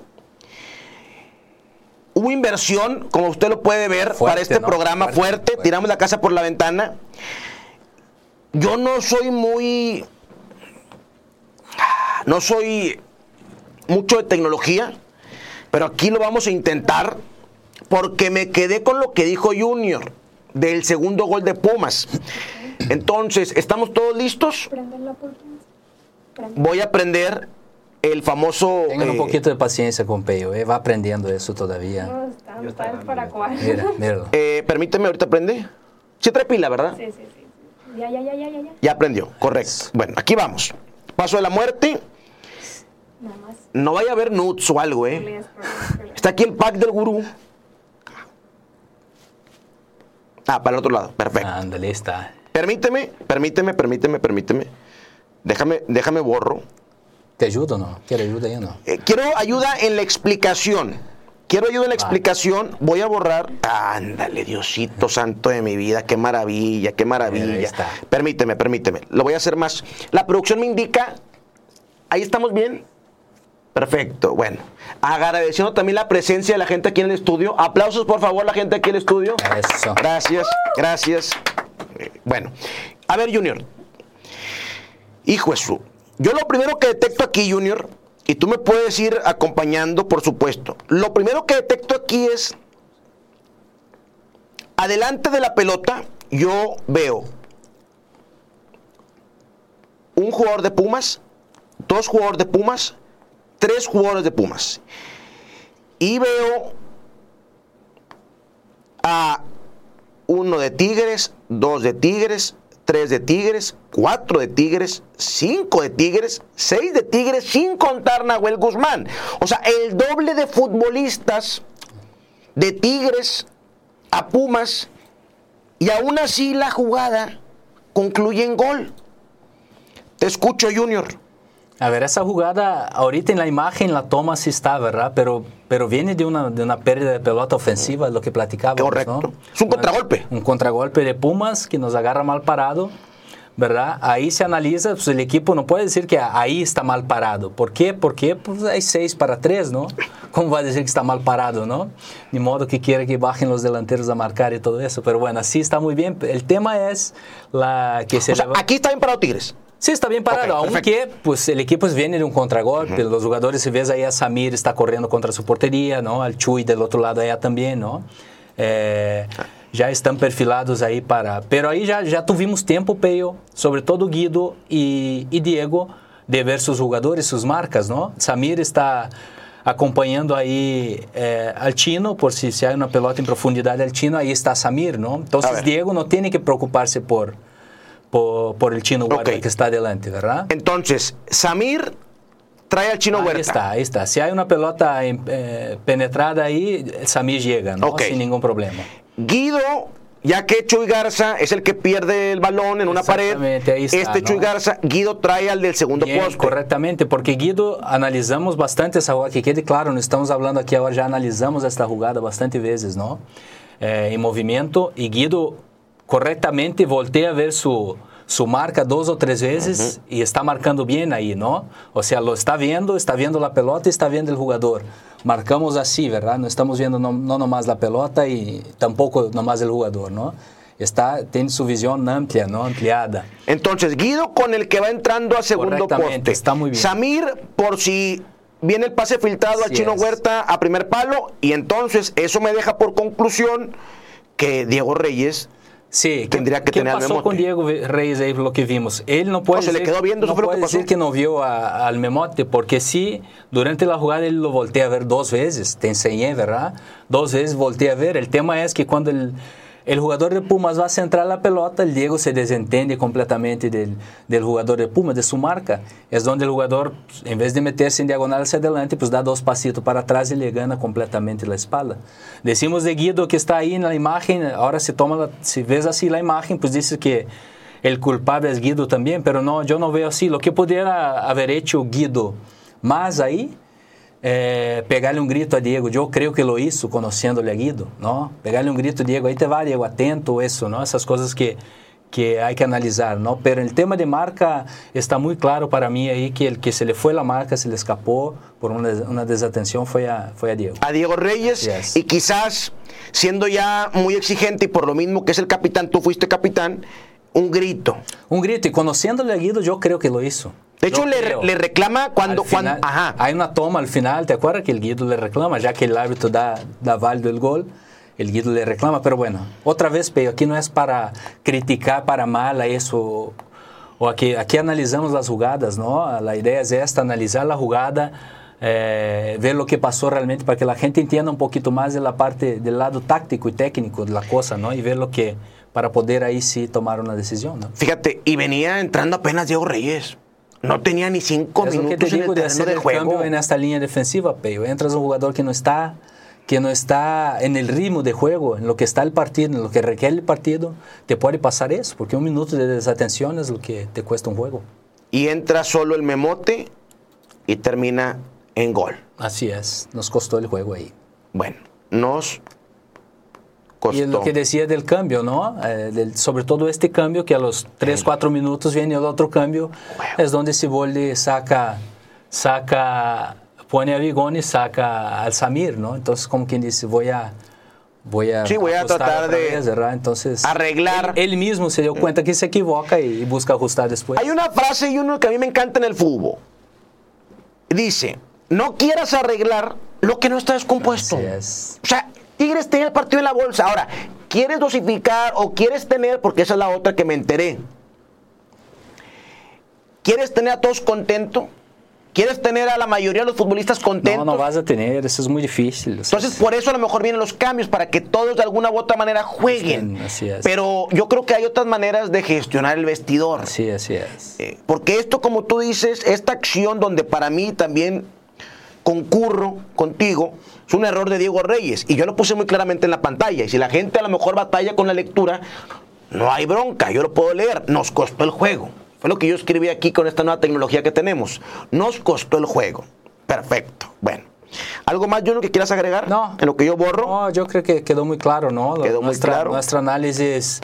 Hubo inversión, como usted lo puede ver, fuerte, para este programa fuerte. Tiramos la casa por la ventana. Yo no soy mucho de tecnología, pero aquí lo vamos a intentar porque me quedé con lo que dijo Junior del segundo gol de Pumas. Entonces, ¿estamos todos listos? Voy a aprender el famoso... Tengan un poquito de paciencia con Peyo, va aprendiendo eso todavía. No, está para cuál. Míralo. Permíteme, ahorita aprende. Sí trae pila, ¿verdad? Sí. Ya. Ya aprendió, correcto. Bueno, aquí vamos. Paso de la muerte. Nada más. No vaya a haber nuts o algo, Está aquí el pack del gurú. Para el otro lado, perfecto. Ándale, está. Permíteme. Déjame borro. ¿Te ayudo o no? ¿Quiere ayuda o no? Quiero ayuda en la explicación. Voy a borrar. Ándale, Diosito santo de mi vida. Qué maravilla. Permíteme. Lo voy a hacer más. La producción me indica. Ahí estamos bien. Perfecto. Bueno, agradeciendo también la presencia de la gente aquí en el estudio. Aplausos, por favor, la gente aquí en el estudio. Eso. Gracias. Bueno, a ver, Junior. Hijo de su. Yo lo primero que detecto aquí, Junior, y tú me puedes ir acompañando, por supuesto. Lo primero que detecto aquí es, adelante de la pelota, yo veo un jugador de Pumas, 2 jugadores de Pumas, 3 jugadores de Pumas. Y veo a 1 de Tigres, 2 de Tigres, 3 de Tigres, 4 de Tigres, 5 de Tigres, 6 de Tigres, sin contar Nahuel Guzmán. O sea, el doble de futbolistas de Tigres a Pumas, y aún así la jugada concluye en gol. Te escucho, Junior. A ver, esa jugada, ahorita en la imagen, la toma sí está, ¿verdad? Pero viene de una pérdida de pelota ofensiva, lo que platicábamos, correcto, ¿no? Es un contragolpe. Un contragolpe de Pumas que nos agarra mal parado, ¿verdad? Ahí se analiza, pues el equipo no puede decir que ahí está mal parado. ¿Por qué? Porque pues hay 6-3, ¿no? ¿Cómo va a decir que está mal parado, no? Ni modo que quiera que bajen los delanteros a marcar y todo eso. Pero bueno, así está muy bien. El tema es que se... O sea, aquí está bien parado Tigres. Sí, está bien parado, okay, aunque pues, el equipo viene de un contragolpe, los jugadores, si ves ahí a Samir está corriendo contra su portería, ¿no? Al Chuy del otro lado allá también, ¿no? Ya están perfilados ahí para... Pero ahí ya tuvimos tiempo, Peyo, sobre todo Guido y Diego, de ver sus jugadores, sus marcas, ¿no? Samir está acompañando ahí al Chino, por si hay una pelota en profundidad al Chino, ahí está Samir, ¿no? Entonces Diego no tiene que preocuparse por el Chino Huerta que está adelante, ¿verdad? Entonces, Samir trae al Chino Huerta. Ahí está. Si hay una pelota penetrada ahí, Samir llega, ¿no? Sin ningún problema. Guido, ya que Chuy Garza es el que pierde el balón en una pared, ahí está, Chuy Garza, Guido trae al del segundo poste. Correctamente, porque Guido, analizamos bastante esa jugada, que quede claro, no estamos hablando aquí ahora, ya analizamos esta jugada bastante veces, ¿no? En movimiento, y Guido correctamente voltea a ver su marca 2 o 3 veces y está marcando bien ahí, ¿no? O sea, lo está viendo la pelota y está viendo el jugador. Marcamos así, ¿verdad? No estamos viendo no nomás la pelota y tampoco nomás el jugador, ¿no? Tiene su visión amplia, ¿no? Ampliada. Entonces, Guido con el que va entrando a segundo poste. Está muy bien. Samir, por si viene el pase filtrado al Chino Huerta a primer palo, y entonces eso me deja por conclusión que Diego Reyes tendría que tener al Memote. ¿Qué pasó con Diego Reyes ahí, lo que vimos? Él no puede, le quedó viendo, no puede decir que no vio al Memote, porque sí, durante la jugada él lo voltea a ver 2 veces, te enseñé, ¿verdad? 2 veces voltea a ver. El tema es que cuando el jugador de Pumas va a centrar la pelota, el Diego se desentiende completamente del jugador de Pumas, de su marca. Es donde el jugador, en vez de meterse en diagonal hacia adelante, pues da 2 pasitos para atrás y le gana completamente la espalda. Decimos de Guido que está ahí en la imagen, ahora si ves así la imagen, pues dice que el culpable es Guido también, pero no, yo no veo así. Lo que pudiera haber hecho Guido más ahí, pegarle un grito a Diego. Yo creo que lo hizo conociéndole a Guido, ¿no? Pegarle un grito a Diego, ahí te va, Diego, atento, eso, ¿no? Esas cosas que hay que analizar, ¿no? Pero en el tema de marca está muy claro para mí ahí que el que se le fue la marca, se le escapó por una desatención fue a Diego. A Diego Reyes, Yes. y quizás siendo ya muy exigente y por lo mismo que es el capitán, tú fuiste capitán, un grito. Un grito, y conociéndole a Guido yo creo que lo hizo. De hecho, le reclama cuando... Final, ajá. Hay una toma al final, ¿te acuerdas que el Guido le reclama? Ya que el árbitro da válido el gol, el Guido le reclama. Pero bueno, otra vez, Peyo, aquí no es para criticar para mal a eso. O aquí analizamos las jugadas, ¿no? La idea es esta, analizar la jugada, ver lo que pasó realmente para que la gente entienda un poquito más de la parte del lado táctico y técnico de la cosa, ¿no? Y ver lo que... para poder ahí sí tomar una decisión, ¿no? Fíjate, y venía entrando apenas Diego Reyes. No tenía ni 5 Es lo que minutos te en digo el de terreno hacer de el juego. cambio en esta línea defensiva, Peyo. Entras un jugador que no está en el ritmo de juego, en lo que está el partido, en lo que requiere el partido, te puede pasar eso, porque un minuto de desatención es lo que te cuesta un juego. Y entra solo el Memote y termina en gol. Así es, nos costó el juego ahí. Bueno, nos costó. Y es lo que decía del cambio, ¿no? Sobre todo este cambio, que a los 3-4 minutos viene el otro cambio, es donde Siboldi pone a Vigón y saca al Samir, ¿no? Entonces, como quien dice, voy a tratar de ¿verdad? Entonces, arreglar. Él mismo se dio cuenta que se equivoca y busca ajustar después. Hay una frase y uno que a mí me encanta en el fútbol. Dice, no quieras arreglar lo que no está descompuesto. Así es. O sea, Tigres tiene el partido en la bolsa. Ahora, ¿quieres dosificar o quieres tener? Porque esa es la otra que me enteré. ¿Quieres tener a todos contentos? ¿Quieres tener a la mayoría de los futbolistas contentos? No vas a tener, eso es muy difícil. Entonces, por eso a lo mejor vienen los cambios, para que todos de alguna u otra manera jueguen. Así es. Pero yo creo que hay otras maneras de gestionar el vestidor. Sí, así es. Porque esto, como tú dices, esta acción donde para mí también concurro contigo, es un error de Diego Reyes. Y yo lo puse muy claramente en la pantalla. Y si la gente a lo mejor batalla con la lectura, no hay bronca, yo lo puedo leer. Nos costó el juego. Fue lo que yo escribí aquí con esta nueva tecnología que tenemos. Nos costó el juego. Perfecto. Bueno. ¿Algo más, Junior, que quieras agregar? No. ¿En lo que yo borro? No, yo creo que quedó muy claro, ¿no? Quedó muy claro. Nuestro análisis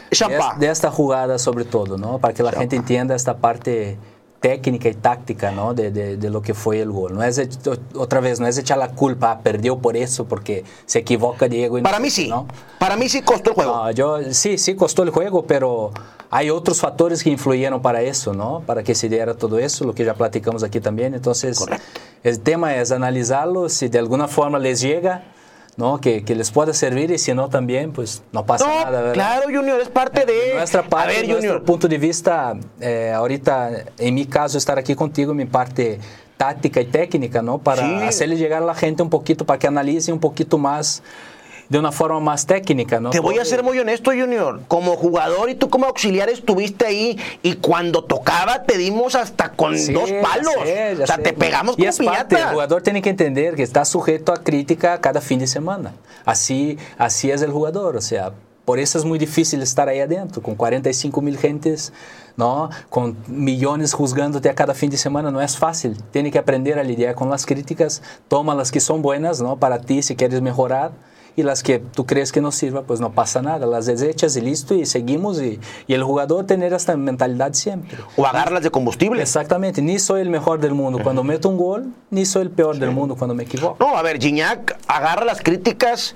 de esta jugada, sobre todo, ¿no? Para que la gente entienda esta parte técnica y táctica, ¿no? De lo que fue el gol. No es otra vez, no es echar la culpa, perdió por eso, porque se equivoca Diego. Para mí sí, ¿no? Para mí sí costó el juego. No, sí costó el juego, pero hay otros factores que influyeron para eso, ¿no? Para que se diera todo eso, lo que ya platicamos aquí también. Entonces, correcto. El tema es analizarlo, si de alguna forma les llega, ¿no? Que les pueda servir, y si no también, pues no pasa nada, ¿verdad? Claro, Junior, es parte de nuestra parte, a ver, nuestro Junior, punto de vista. Ahorita, en mi caso, estar aquí contigo, mi parte táctica y técnica, ¿no? Para hacerle llegar a la gente un poquito, para que analice un poquito más, de una forma más técnica, ¿no? Te voy a ser muy honesto, Junior. Como jugador y tú como auxiliar estuviste ahí, y cuando tocaba te dimos hasta con 2 palos. O sea, te pegamos con piñata. El jugador tiene que entender que está sujeto a crítica cada fin de semana. Así es el jugador, o sea, por eso es muy difícil estar ahí adentro, con 45,000 gentes, ¿no? Con millones juzgándote a cada fin de semana, no es fácil. Tiene que aprender a lidiar con las críticas, toma las que son buenas, ¿no? Para ti, si quieres mejorar, y las que tú crees que no sirva, pues no pasa nada, las desechas y listo, y seguimos, y el jugador tener esta mentalidad siempre. O agarrarlas de combustible. Exactamente, ni soy el mejor del mundo cuando meto un gol, ni soy el peor del mundo cuando me equivoco. No, a ver, Gignac agarra las críticas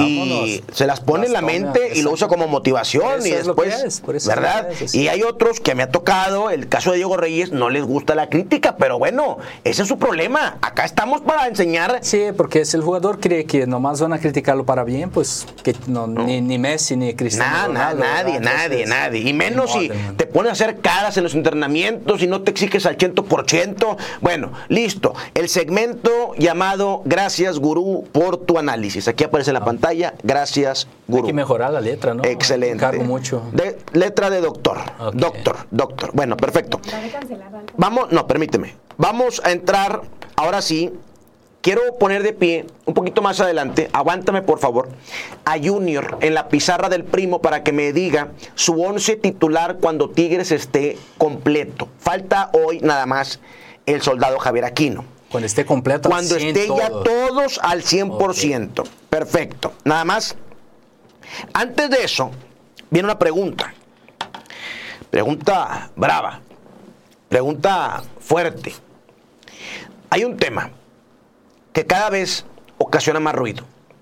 y se las pone en la mente y lo usa como motivación, y después, ¿verdad? Y hay otros que me ha tocado, el caso de Diego Reyes, no les gusta la crítica, pero bueno, ese es su problema. Acá estamos para enseñar. Sí, porque si el jugador cree que nomás van a criticarlo para bien, pues que ni Messi ni Cristiano Ronaldo, nadie. Y menos si te pones a hacer caras en los entrenamientos y no te exiges al 100%. Bueno, listo. El segmento llamado Gracias, Gurú, por tu análisis. Aquí aparece en la pantalla. pantalla. Gracias, Gurú. Hay que mejorar la letra, ¿no? Excelente. Encargo mucho. Letra de doctor. Okay. Doctor. Bueno, perfecto. ¿Va a cancelar algo? Vamos, no, permíteme. Vamos a entrar, ahora sí. Quiero poner de pie, un poquito más adelante, aguántame por favor, a Junior en la pizarra del primo para que me diga su 11 titular cuando Tigres esté completo. Falta hoy nada más el soldado Javier Aquino. Cuando esté completo. Cuando esté ya todos al 100%. Okay. Perfecto. Nada más. Antes de eso, viene una pregunta. Pregunta brava. Pregunta fuerte. Hay un tema que cada vez ocasiona más ruido.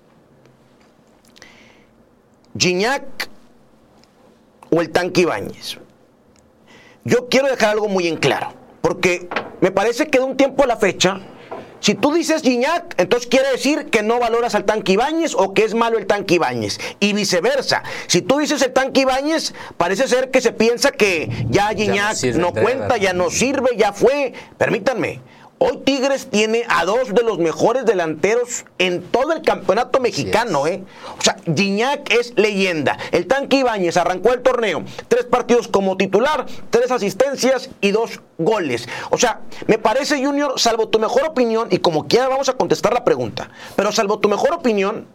Gignac o el Tanque Ibáñez. Yo quiero dejar algo muy en claro, porque me parece que de un tiempo a la fecha, si tú dices Gignac, entonces quiere decir que no valoras al Tanque Ibáñez o que es malo el Tanque Ibáñez, y viceversa. Si tú dices el Tanque Ibáñez, parece ser que se piensa que ya Gignac no cuenta, ya no sirve, ya fue. Permítanme. Hoy Tigres tiene a dos de los mejores delanteros en todo el campeonato mexicano, O sea, Gignac es leyenda. El Tanque Ibáñez arrancó el torneo, 3 partidos como titular, 3 asistencias y 2 goles. O sea, me parece, Junior, salvo tu mejor opinión, y como quiera vamos a contestar la pregunta, pero salvo tu mejor opinión,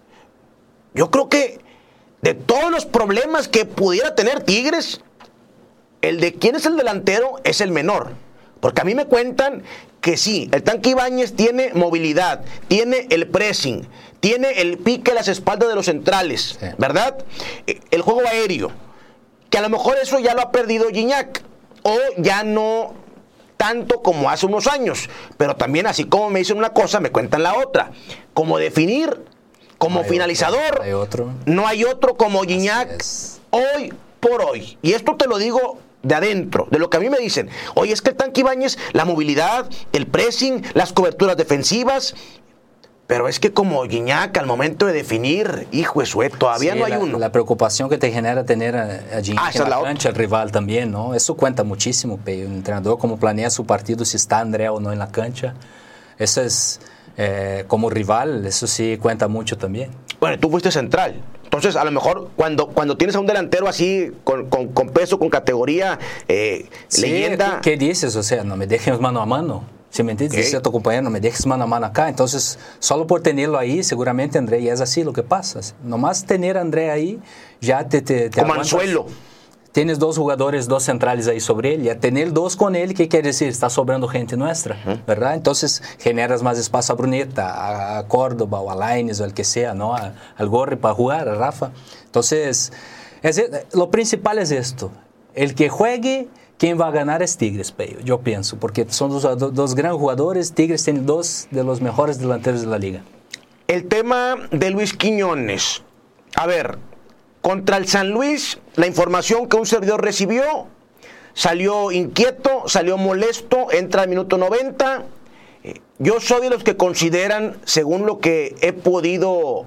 yo creo que de todos los problemas que pudiera tener Tigres, el de quién es el delantero es el menor. Porque a mí me cuentan que sí, el Tanque Ibáñez tiene movilidad, tiene el pressing, tiene el pique a las espaldas de los centrales, sí, ¿verdad? El juego aéreo, que a lo mejor eso ya lo ha perdido Gignac, o ya no tanto como hace unos años, pero también así como me dicen una cosa, me cuentan la otra. Como definir, como finalizador, no hay otro como Gignac hoy por hoy. Y esto te lo digo de adentro, de lo que a mí me dicen. Oye, es que el Tanque Ibáñez, la movilidad, el pressing, las coberturas defensivas, pero es que como Gignac al momento de definir, hijo de suet, todavía no hay uno. La preocupación que te genera tener a Gignac en la cancha, el rival también, ¿no? Eso cuenta muchísimo, Peyo. Un entrenador como planea su partido, si está André o no en la cancha. Eso es, como rival, eso sí cuenta mucho también. Bueno, tú fuiste central. Entonces, a lo mejor, cuando tienes a un delantero así, con peso, con categoría, sí, leyenda... ¿Qué dices? O sea, no me dejes mano a mano. Si me entiendes, dice a tu compañero, no me dejes mano a mano acá. Entonces, solo por tenerlo ahí, seguramente, André, ya es así lo que pasa. Nomás tener a André ahí, ya te como anzuelo. Tienes 2 jugadores, 2 centrales ahí sobre él. Ya tener 2 con él, ¿qué quiere decir? Está sobrando gente nuestra, ¿verdad? Entonces, generas más espacio a Bruneta, a Córdoba, o a Lainez, o al que sea, ¿no? Al Gorri para jugar, a Rafa. Entonces, lo principal es esto. El que juegue, quien va a ganar es Tigres, Peyo, yo pienso. Porque son dos grandes jugadores. Tigres tiene 2 de los mejores delanteros de la liga. El tema de Luis Quiñones. A ver... Contra el San Luis, la información que un servidor recibió, salió inquieto, salió molesto, entra al minuto 90. Yo soy de los que consideran, según lo que he podido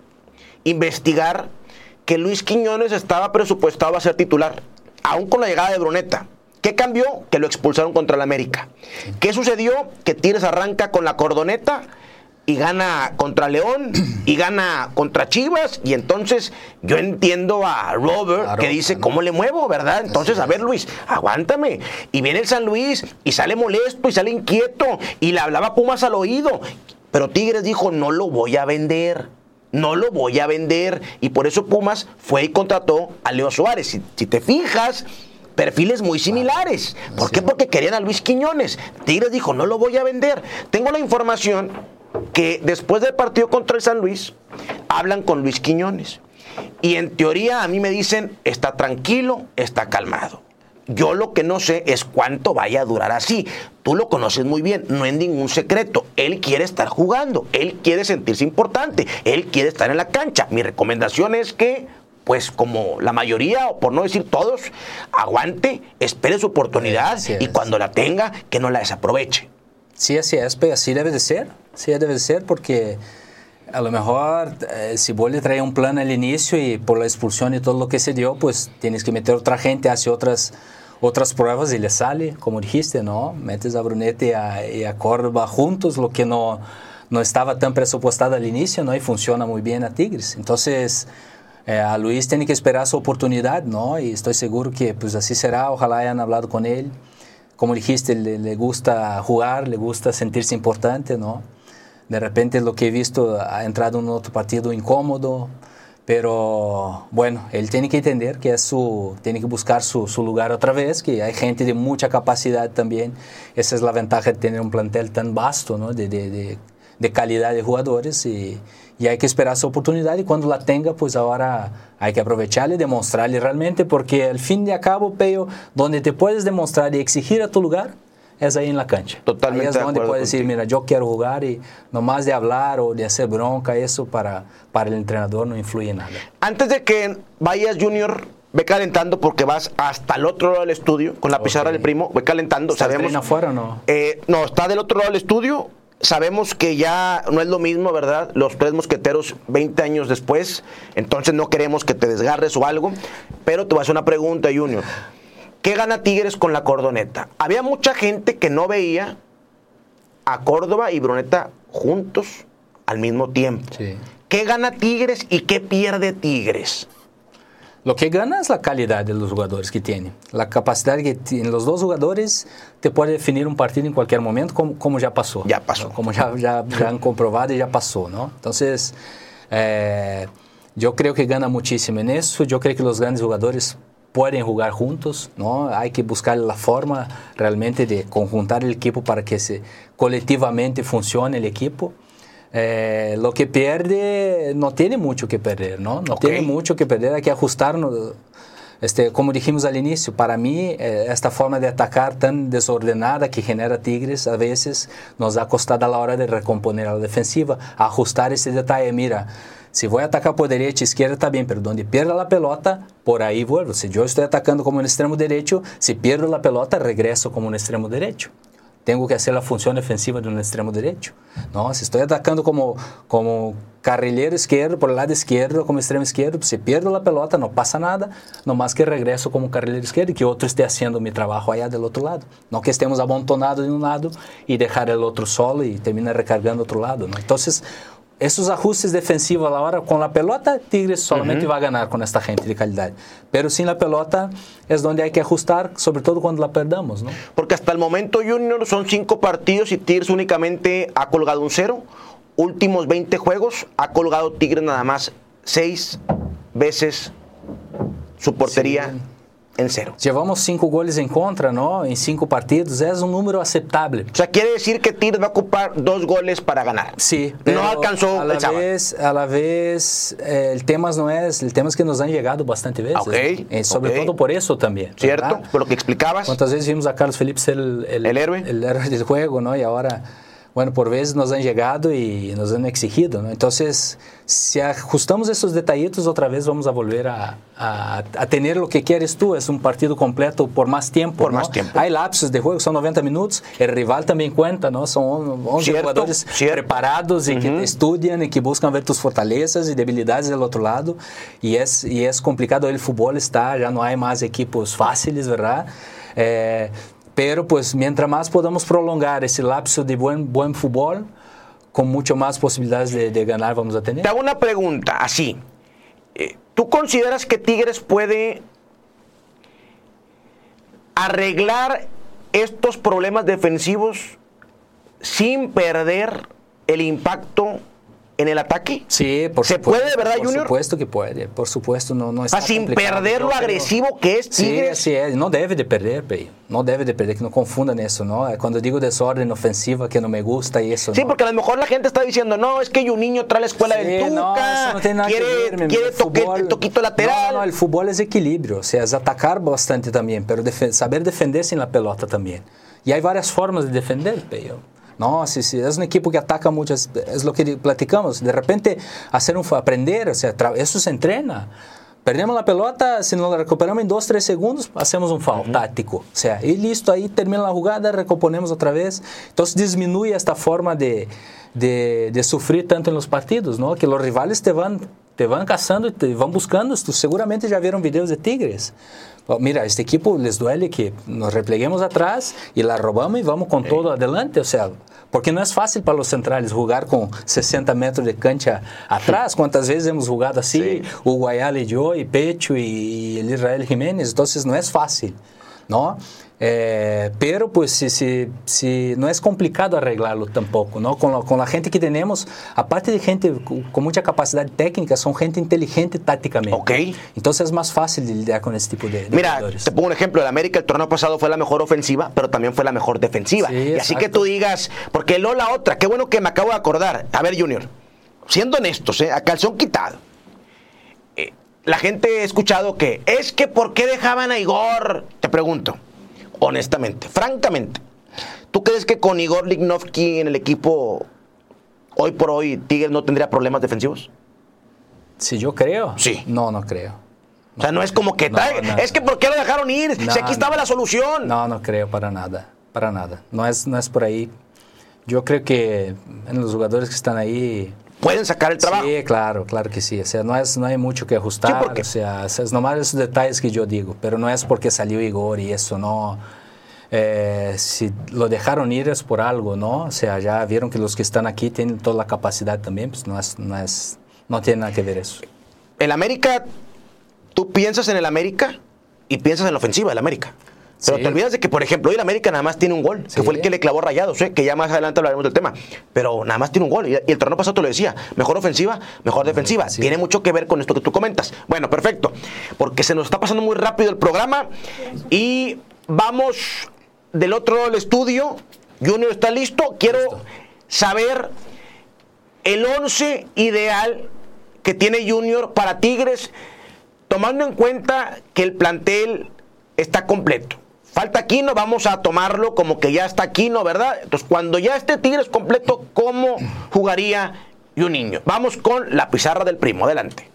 investigar, que Luis Quiñones estaba presupuestado a ser titular, aún con la llegada de Bruneta. ¿Qué cambió? Que lo expulsaron contra el América. ¿Qué sucedió? Que Tigres arranca con la cordoneta y gana contra León, y gana contra Chivas, y entonces yo entiendo a Robert, claro, que dice, ¿cómo le muevo, verdad? Entonces, a ver, Luis, aguántame. Y viene el San Luis, y sale molesto, y sale inquieto, y le hablaba Pumas al oído. Pero Tigres dijo, no lo voy a vender. No lo voy a vender. Y por eso Pumas fue y contrató a Leo Suárez. Si te fijas, perfiles muy similares. ¿Por qué? Porque querían a Luis Quiñones. Tigres dijo, no lo voy a vender. Tengo la información que después del partido contra el San Luis, hablan con Luis Quiñones. Y en teoría a mí me dicen, está tranquilo, está calmado. Yo lo que no sé es cuánto vaya a durar así. Tú lo conoces muy bien, no es ningún secreto. Él quiere estar jugando, él quiere sentirse importante, él quiere estar en la cancha. Mi recomendación es que, pues como la mayoría, o por no decir todos, aguante, espere su oportunidad y cuando la tenga, que no la desaproveche. Sí, así es, pero así debe de ser. Sí, debe de ser porque a lo mejor si vos le traes un plan al inicio y por la expulsión y todo lo que se dio, pues tienes que meter otra gente, hace otras pruebas y le sale, como dijiste, ¿no? Metes a Brunete y a Córdoba juntos, lo que no no estaba tan presupuestada al inicio, ¿no? Y funciona muy bien a Tigres. Entonces, a Luis tiene que esperar su oportunidad, ¿no? Y estoy seguro que pues así será. Ojalá hayan hablado con él. Como dijiste, le gusta jugar, le gusta sentirse importante, ¿no? De repente lo que he visto ha entrado en otro partido incómodo, pero bueno, él tiene que entender que tiene que buscar su lugar otra vez, que hay gente de mucha capacidad también. Esa es la ventaja de tener un plantel tan vasto, ¿no? de calidad de jugadores y hay que esperar su oportunidad y cuando la tenga, pues ahora hay que aprovecharla y demostrarle realmente, porque al fin y al cabo, Pello, donde te puedes demostrar y exigir a tu lugar, es ahí en la cancha. Totalmente. Ahí es donde puedes decir, mira, yo quiero jugar y nomás de hablar o de hacer bronca, eso para el entrenador no influye en nada. Antes de que vayas, Junior, ve calentando porque vas hasta el otro lado del estudio con la pizarra del primo, ve calentando. ¿Estás sabemos afuera o no? No, está del otro lado del estudio. Sabemos que ya no es lo mismo, ¿verdad? Los Tres Mosqueteros 20 años después, entonces no queremos que te desgarres o algo, pero te voy a hacer una pregunta, Junior. ¿Qué gana Tigres con la Cordoneta? Había mucha gente que no veía a Córdoba y Bruneta juntos al mismo tiempo. Sí. ¿Qué gana Tigres y qué pierde Tigres? Lo que gana es la calidad de los jugadores que tienen. La capacidad que tienen los dos jugadores te puede definir un partido en cualquier momento, como ya pasó. Ya pasó. ¿No? Como ya han comprobado y ya pasó, ¿no? Entonces, yo creo que gana muchísimo en eso. Yo creo que los grandes jugadores pueden jugar juntos, ¿no? Hay que buscar la forma realmente de conjuntar el equipo para que colectivamente funcione el equipo. Lo que pierde no tiene mucho que perder, ¿no? No tiene mucho que perder, hay que ajustarnos. Como dijimos al inicio, para mí esta forma de atacar tan desordenada que genera Tigres a veces nos ha costado a la hora de recomponer a la defensiva, ajustar ese detalle. Mira, si voy a atacar por derecha, izquierda está bien, pero donde pierda la pelota, por ahí vuelvo. Si yo estoy atacando como un extremo derecho, si pierdo la pelota, regreso como un extremo derecho. Tengo que hacer la función defensiva de un extremo derecho, ¿no? Si estoy atacando como carrilero izquierdo, por el lado izquierdo, como extremo izquierdo, si pierdo la pelota no pasa nada, nomás que regreso como carrilero izquierdo y que otro esté haciendo mi trabajo allá del otro lado. No que estemos amontonados de un lado y dejar el otro solo y termina recargando otro lado, ¿no? Entonces, esos ajustes defensivos a la hora con la pelota, Tigres solamente va a ganar con esta gente de calidad. Pero sin la pelota es donde hay que ajustar, sobre todo cuando la perdamos, ¿no? Porque hasta el momento, Junior, son 5 partidos y Tigres únicamente ha colgado un 0. Últimos 20 juegos ha colgado Tigres nada más 6 veces su portería en 0. Llevamos 5 goles en contra, ¿no? En 5 partidos, es un número aceptable. O sea, quiere decir que Tigres va a ocupar 2 goles para ganar. Sí, pero no alcanzó el sábado. A la vez, el tema es que nos han llegado bastante veces. Sobre todo por eso también. Cierto, ¿verdad? por lo que explicabas. ¿Cuántas veces vimos a Carlos Felipe ser el héroe? El héroe del juego, ¿no? Y ahora, bueno, por veces nos han llegado y nos han exigido, ¿no? Entonces, si ajustamos esos detallitos, otra vez vamos a volver a tener lo que quieres tú, es un partido completo por más tiempo. Por ¿no? más tiempo. Hay lapsos de juego, son 90 minutos, el rival también cuenta, ¿no? Son 11 jugadores preparados y que estudian y que buscan ver tus fortalezas y debilidades del otro lado, y es complicado, el fútbol ya no hay más equipos fáciles, ¿verdad? Pero pues mientras más podamos prolongar ese lapso de buen fútbol, con mucho más posibilidades de ganar vamos a tener. Te hago una pregunta, así. ¿Tú consideras que Tigres puede arreglar estos problemas defensivos sin perder el impacto en el ataque? Sí, por supuesto. ¿Se puede, de verdad, Junior? Por supuesto que puede, por supuesto, no está sin perder lo agresivo que es Tigres. Sí, no debe de perder, Pello. No debe de perder, que no confundan eso, ¿no? Cuando digo desorden ofensiva, que no me gusta y eso, sí, ¿no? Porque a lo mejor la gente está diciendo, no, es que Juninho trae la escuela del Tuca, no, eso no tiene nada quiere el toquito lateral. No, el fútbol es equilibrio, o sea, es atacar bastante también, pero saber defender sin la pelota también. Y hay varias formas de defender, Pello. No, sí, es un equipo que ataca mucho, es lo que platicamos. De repente, aprender, o sea, eso se entrena. Perdemos la pelota, si no la recuperamos en 2-3 segundos, hacemos un foul táctico. O sea, y listo, ahí termina la jugada, recomponemos otra vez. Entonces disminuye esta forma de sufrir tanto en los partidos, ¿no? Que los rivales te van te van cazando y te van buscando. Tú seguramente ya vieron videos de Tigres. Mira, este equipo les duele que nos repleguemos atrás y la robamos y vamos con todo adelante. O sea, porque no es fácil para los centrales jugar con 60 metros de cancha atrás. ¿Cuántas veces hemos jugado así? Sí. O Guayala y yo, y Pecho y el Israel Jiménez. Entonces no es fácil, ¿no? Pero pues si no es complicado arreglarlo tampoco, ¿no? Con la gente que tenemos, aparte de gente con mucha capacidad técnica, son gente inteligente tácticamente. Okay. Entonces es más fácil de lidiar con este tipo de Mira, jugadores. Te pongo un ejemplo. El América el torneo pasado fue la mejor ofensiva, pero también fue la mejor defensiva. Sí, y así exacto. que tú digas, porque luego la otra, qué bueno que me acabo de acordar. A ver, Junior, siendo honestos, a calzón quitado. La gente ha escuchado que, es que ¿por qué dejaban a Igor? Te pregunto. Honestamente, francamente, ¿tú crees que con Igor Lichnowsky en el equipo, hoy por hoy, Tigres no tendría problemas defensivos? Sí, yo creo. Sí. No creo. O sea, no es como que es que ¿por qué lo dejaron ir? Si aquí estaba la solución. No creo para nada. No es por ahí. Yo creo que en los jugadores que están ahí pueden sacar el trabajo. Sí, claro que sí. O sea, no hay mucho que ajustar. Sí, porque... O sea, es nomás esos detalles que yo digo, pero no es porque salió Igor y eso, no. Si lo dejaron ir es por algo, ¿no? O sea, ya vieron que los que están aquí tienen toda la capacidad también, pues no tiene nada que ver eso. El América, tú piensas en el América y piensas en la ofensiva del América. Pero sí. Te olvidas de que, por ejemplo, hoy el América nada más tiene un gol, que fue el que le clavó Rayados, que ya más adelante hablaremos del tema. Pero nada más tiene un gol. Y el torneo pasado te lo decía, mejor ofensiva, mejor defensiva. Sí. Tiene mucho que ver con esto que tú comentas. Bueno, perfecto. Porque se nos está pasando muy rápido el programa. Y vamos del otro lado del estudio. Junior está listo. Quiero saber el 11 ideal que tiene Junior para Tigres, tomando en cuenta que el plantel está completo. Falta Aquino, vamos a tomarlo como que ya está Aquino, ¿verdad? Entonces, cuando ya esté Tigres completo, ¿cómo jugaría Juninho? Vamos con la pizarra del primo. Adelante.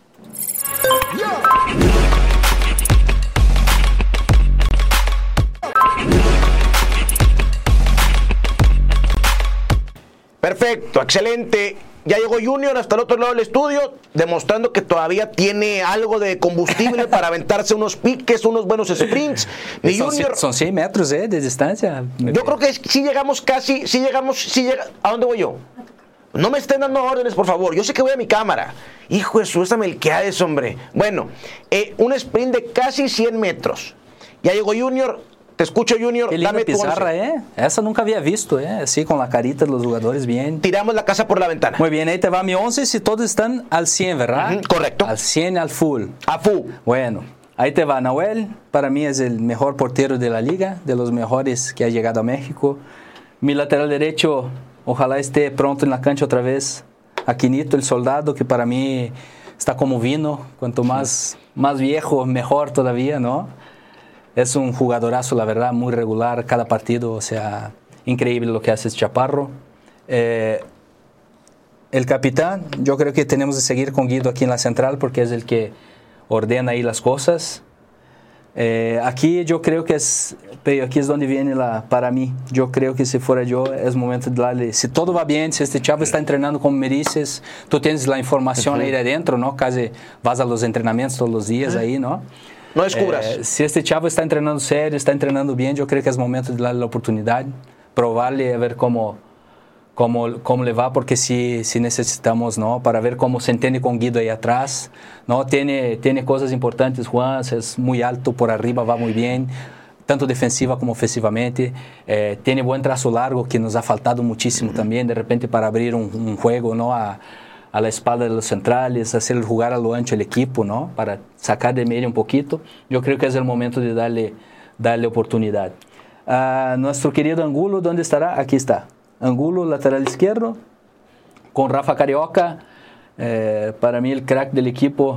Perfecto, excelente. Ya llegó Junior hasta el otro lado del estudio, demostrando que todavía tiene algo de combustible para aventarse unos piques, unos buenos sprints. Son 100 metros de distancia. Yo creo que si llegamos casi, ¿a dónde voy yo? No me estén dando órdenes, por favor. Yo sé que voy a mi cámara. Hijo de su, esa Melquiades, hombre. Bueno, un sprint de casi 100 metros. Ya llegó Junior. Te escucho, Junior. Qué linda pizarra, Esa nunca había visto, Así con la carita de los jugadores bien. Tiramos la casa por la ventana. Muy bien, ahí te va mi 11 si todos están al 100, ¿verdad? Correcto. Al 100, al full. A full. Bueno, ahí te va Nahuel. Para mí es el mejor portero de la liga, de los mejores que ha llegado a México. Mi lateral derecho, ojalá esté pronto en la cancha otra vez. Aquinito, el soldado, que para mí está como vino. Cuanto más viejo, mejor todavía, ¿no? Es un jugadorazo, la verdad, muy regular cada partido, o sea, increíble lo que hace este chaparro. El capitán, yo creo que tenemos que seguir con Guido aquí en la central porque es el que ordena ahí las cosas. Aquí yo creo que aquí es donde viene para mí, yo creo que si fuera yo, es momento de darle, si todo va bien, si este chavo está entrenando como me dices, tú tienes la información ahí de adentro, ¿no? Casi vas a los entrenamientos todos los días ahí, ¿no? No descubras. Si este chavo está entrenando serio, está entrenando bien, yo creo que es momento de darle la oportunidad, probarle, a ver cómo le va, porque sí necesitamos, ¿no? Para ver cómo se entiende con Guido ahí atrás, ¿no? Tiene cosas importantes, Juan, es muy alto por arriba, va muy bien, tanto defensiva como ofensivamente. Tiene buen trazo largo, que nos ha faltado muchísimo también, de repente para abrir un juego, ¿no? A la espalda de los centrales, hacer jugar a lo ancho el equipo, ¿no? Para sacar de medio un poquito. Yo creo que es el momento de darle oportunidad. Nuestro querido Angulo, ¿dónde estará? Aquí está. Angulo, lateral izquierdo, con Rafa Carioca, para mí el crack del equipo,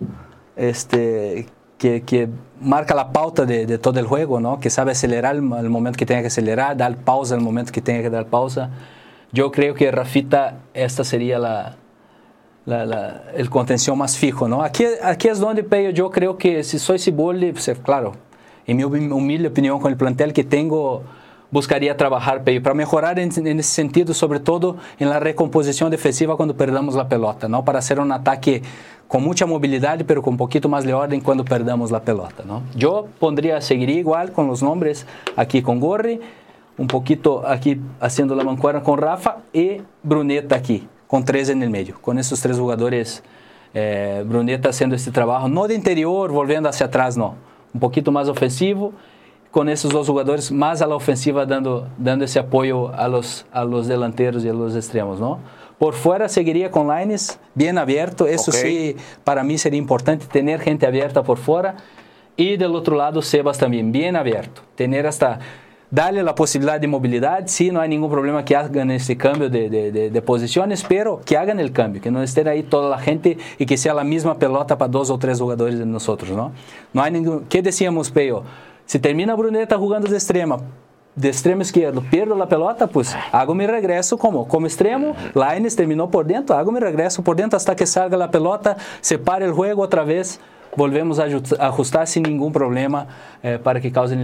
que marca la pauta de todo el juego, ¿no? Que sabe acelerar el momento que tenga que acelerar, dar pausa el momento que tenga que dar pausa. Yo creo que Rafita, esta sería el contención más fijo, ¿no? Aquí es donde yo creo que si soy Siboldi, pues, claro, en mi humilde opinión con el plantel que tengo, buscaría trabajar, Peyo, para mejorar en ese sentido, sobre todo en la recomposición defensiva cuando perdamos la pelota, ¿no? Para hacer un ataque con mucha movilidad, pero con un poquito más de orden cuando perdamos la pelota, ¿no? Yo seguiría igual con los nombres, aquí con Gorri, un poquito aquí haciendo la mancuerna con Rafa y Bruneta aquí, con 3 en el medio, con esos 3 jugadores, Bruneta haciendo este trabajo, no de interior, volviendo hacia atrás, no, un poquito más ofensivo, con esos 2 jugadores más a la ofensiva dando ese apoyo a los delanteros y a los extremos, ¿no? Por fuera seguiría con Lainez bien abierto, eso sí, para mí sería importante tener gente abierta por fuera, y del otro lado Sebas también bien abierto, darle la posibilidad de movilidad, sí, no hay ningún problema que hagan ese cambio de posiciones, pero que hagan el cambio, que no estén ahí toda la gente y que sea la misma pelota para 2 o 3 jugadores de nosotros, ¿no? No hay ningún... ¿Qué decíamos, Peyo? Si termina Bruneta jugando de extremo izquierdo, pierdo la pelota, pues hago mi regreso como extremo. Lainez terminó por dentro, hago mi regreso por dentro hasta que salga la pelota, se pare el juego otra vez, volvemos a ajustar sin ningún problema para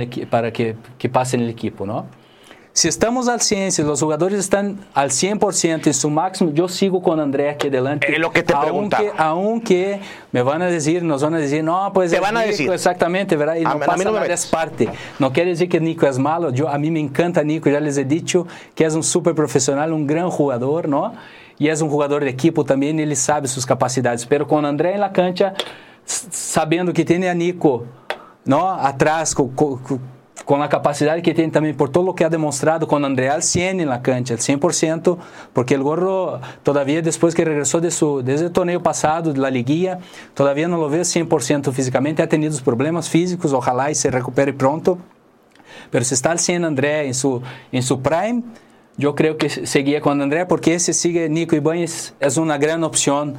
que pase en el equipo, ¿no? Si estamos al 100, si los jugadores están al 100% en su máximo, yo sigo con André aquí adelante. Es lo que te preguntaba. Aunque nos van a decir, no, pues... Te van a decir. Exactamente, ¿verdad? Y no pasa nada, es parte. No quiere decir que Nico es malo. A mí me encanta Nico, ya les he dicho que es un súper profesional, un gran jugador, ¿no? Y es un jugador de equipo también, él sabe sus capacidades. Pero con André en la cancha, sabiendo que tiene a Nico, ¿no? Atrás, con la capacidad que tiene también por todo lo que ha demostrado con André al 100 en la cancha, al 100%, porque el Gorro todavía después que regresó desde el torneo pasado, de la liguilla, todavía no lo veo 100% físicamente, ha tenido problemas físicos, ojalá y se recupere pronto, pero si está al 100 André en su prime, yo creo que seguía con André, porque ese sigue Nico Ibáñez, es una gran opción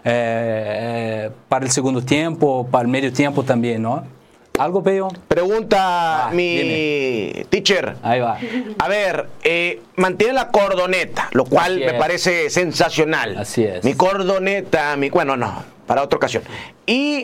para el segundo tiempo, para el medio tiempo también, ¿no? ¿Algo, Peyo? Pregunta mi teacher. Ahí va. A ver, mantiene la cordoneta, lo cual me parece sensacional. Así es. Mi cordoneta, bueno, no, para otra ocasión. Y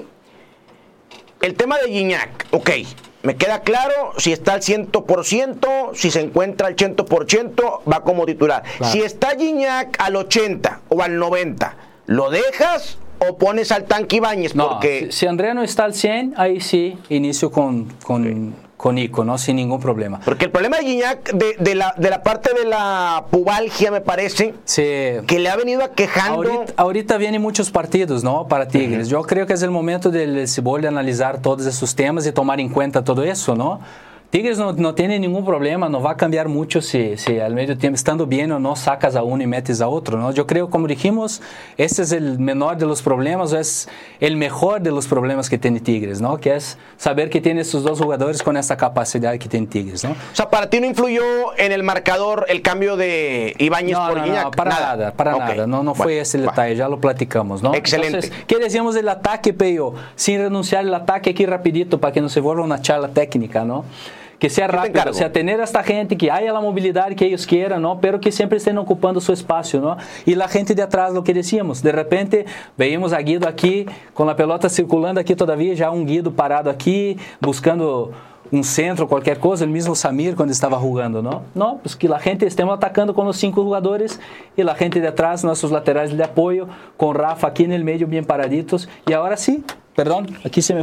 el tema de Gignac, ok, me queda claro, si está al 100%, si se encuentra al 100%, va como titular. Claro. Si está Gignac al 80 o al 90, ¿lo dejas o pones al Tanque Ibáñez? No, porque si André no está al 100, ahí sí inicio con Nico, ¿no? Sin ningún problema. Porque el problema de Gignac, de la parte de la pubalgia, me parece, sí, que le ha venido aquejando. Ahorita vienen muchos partidos, ¿no? Para Tigres. Yo creo que es el momento del Cebolla analizar todos esos temas y tomar en cuenta todo eso, ¿no? Tigres no tiene ningún problema, no va a cambiar mucho si al medio tiempo, estando bien o no, sacas a uno y metes a otro, ¿no? Yo creo, como dijimos, este es el menor de los problemas, es el mejor de los problemas que tiene Tigres, ¿no? Que es saber que tiene estos 2 jugadores con esa capacidad que tiene Tigres, ¿no? O sea, ¿para ti no influyó en el marcador el cambio de Ibáñez por Gignac? No, para nada. No fue ese el detalle, ya lo platicamos, ¿no? Excelente. Entonces, ¿qué decíamos del ataque, Peyo? Sin renunciar al ataque aquí rapidito, para que no se vuelva una charla técnica, ¿no? Que sea rápido, o sea, tener a esta gente, que haya la movilidad que ellos quieran, ¿no? Pero que siempre estén ocupando su espacio, ¿no? Y la gente de atrás, lo que decíamos, de repente veíamos a Guido aquí, con la pelota circulando aquí todavía, ya un Guido parado aquí, buscando un centro, cualquier cosa, el mismo Samir cuando estaba jugando, ¿no? No, pues que la gente estemos atacando con los 5 jugadores y la gente de atrás, nuestros laterales de apoyo, con Rafa aquí en el medio bien paraditos. Y ahora sí, perdón, aquí se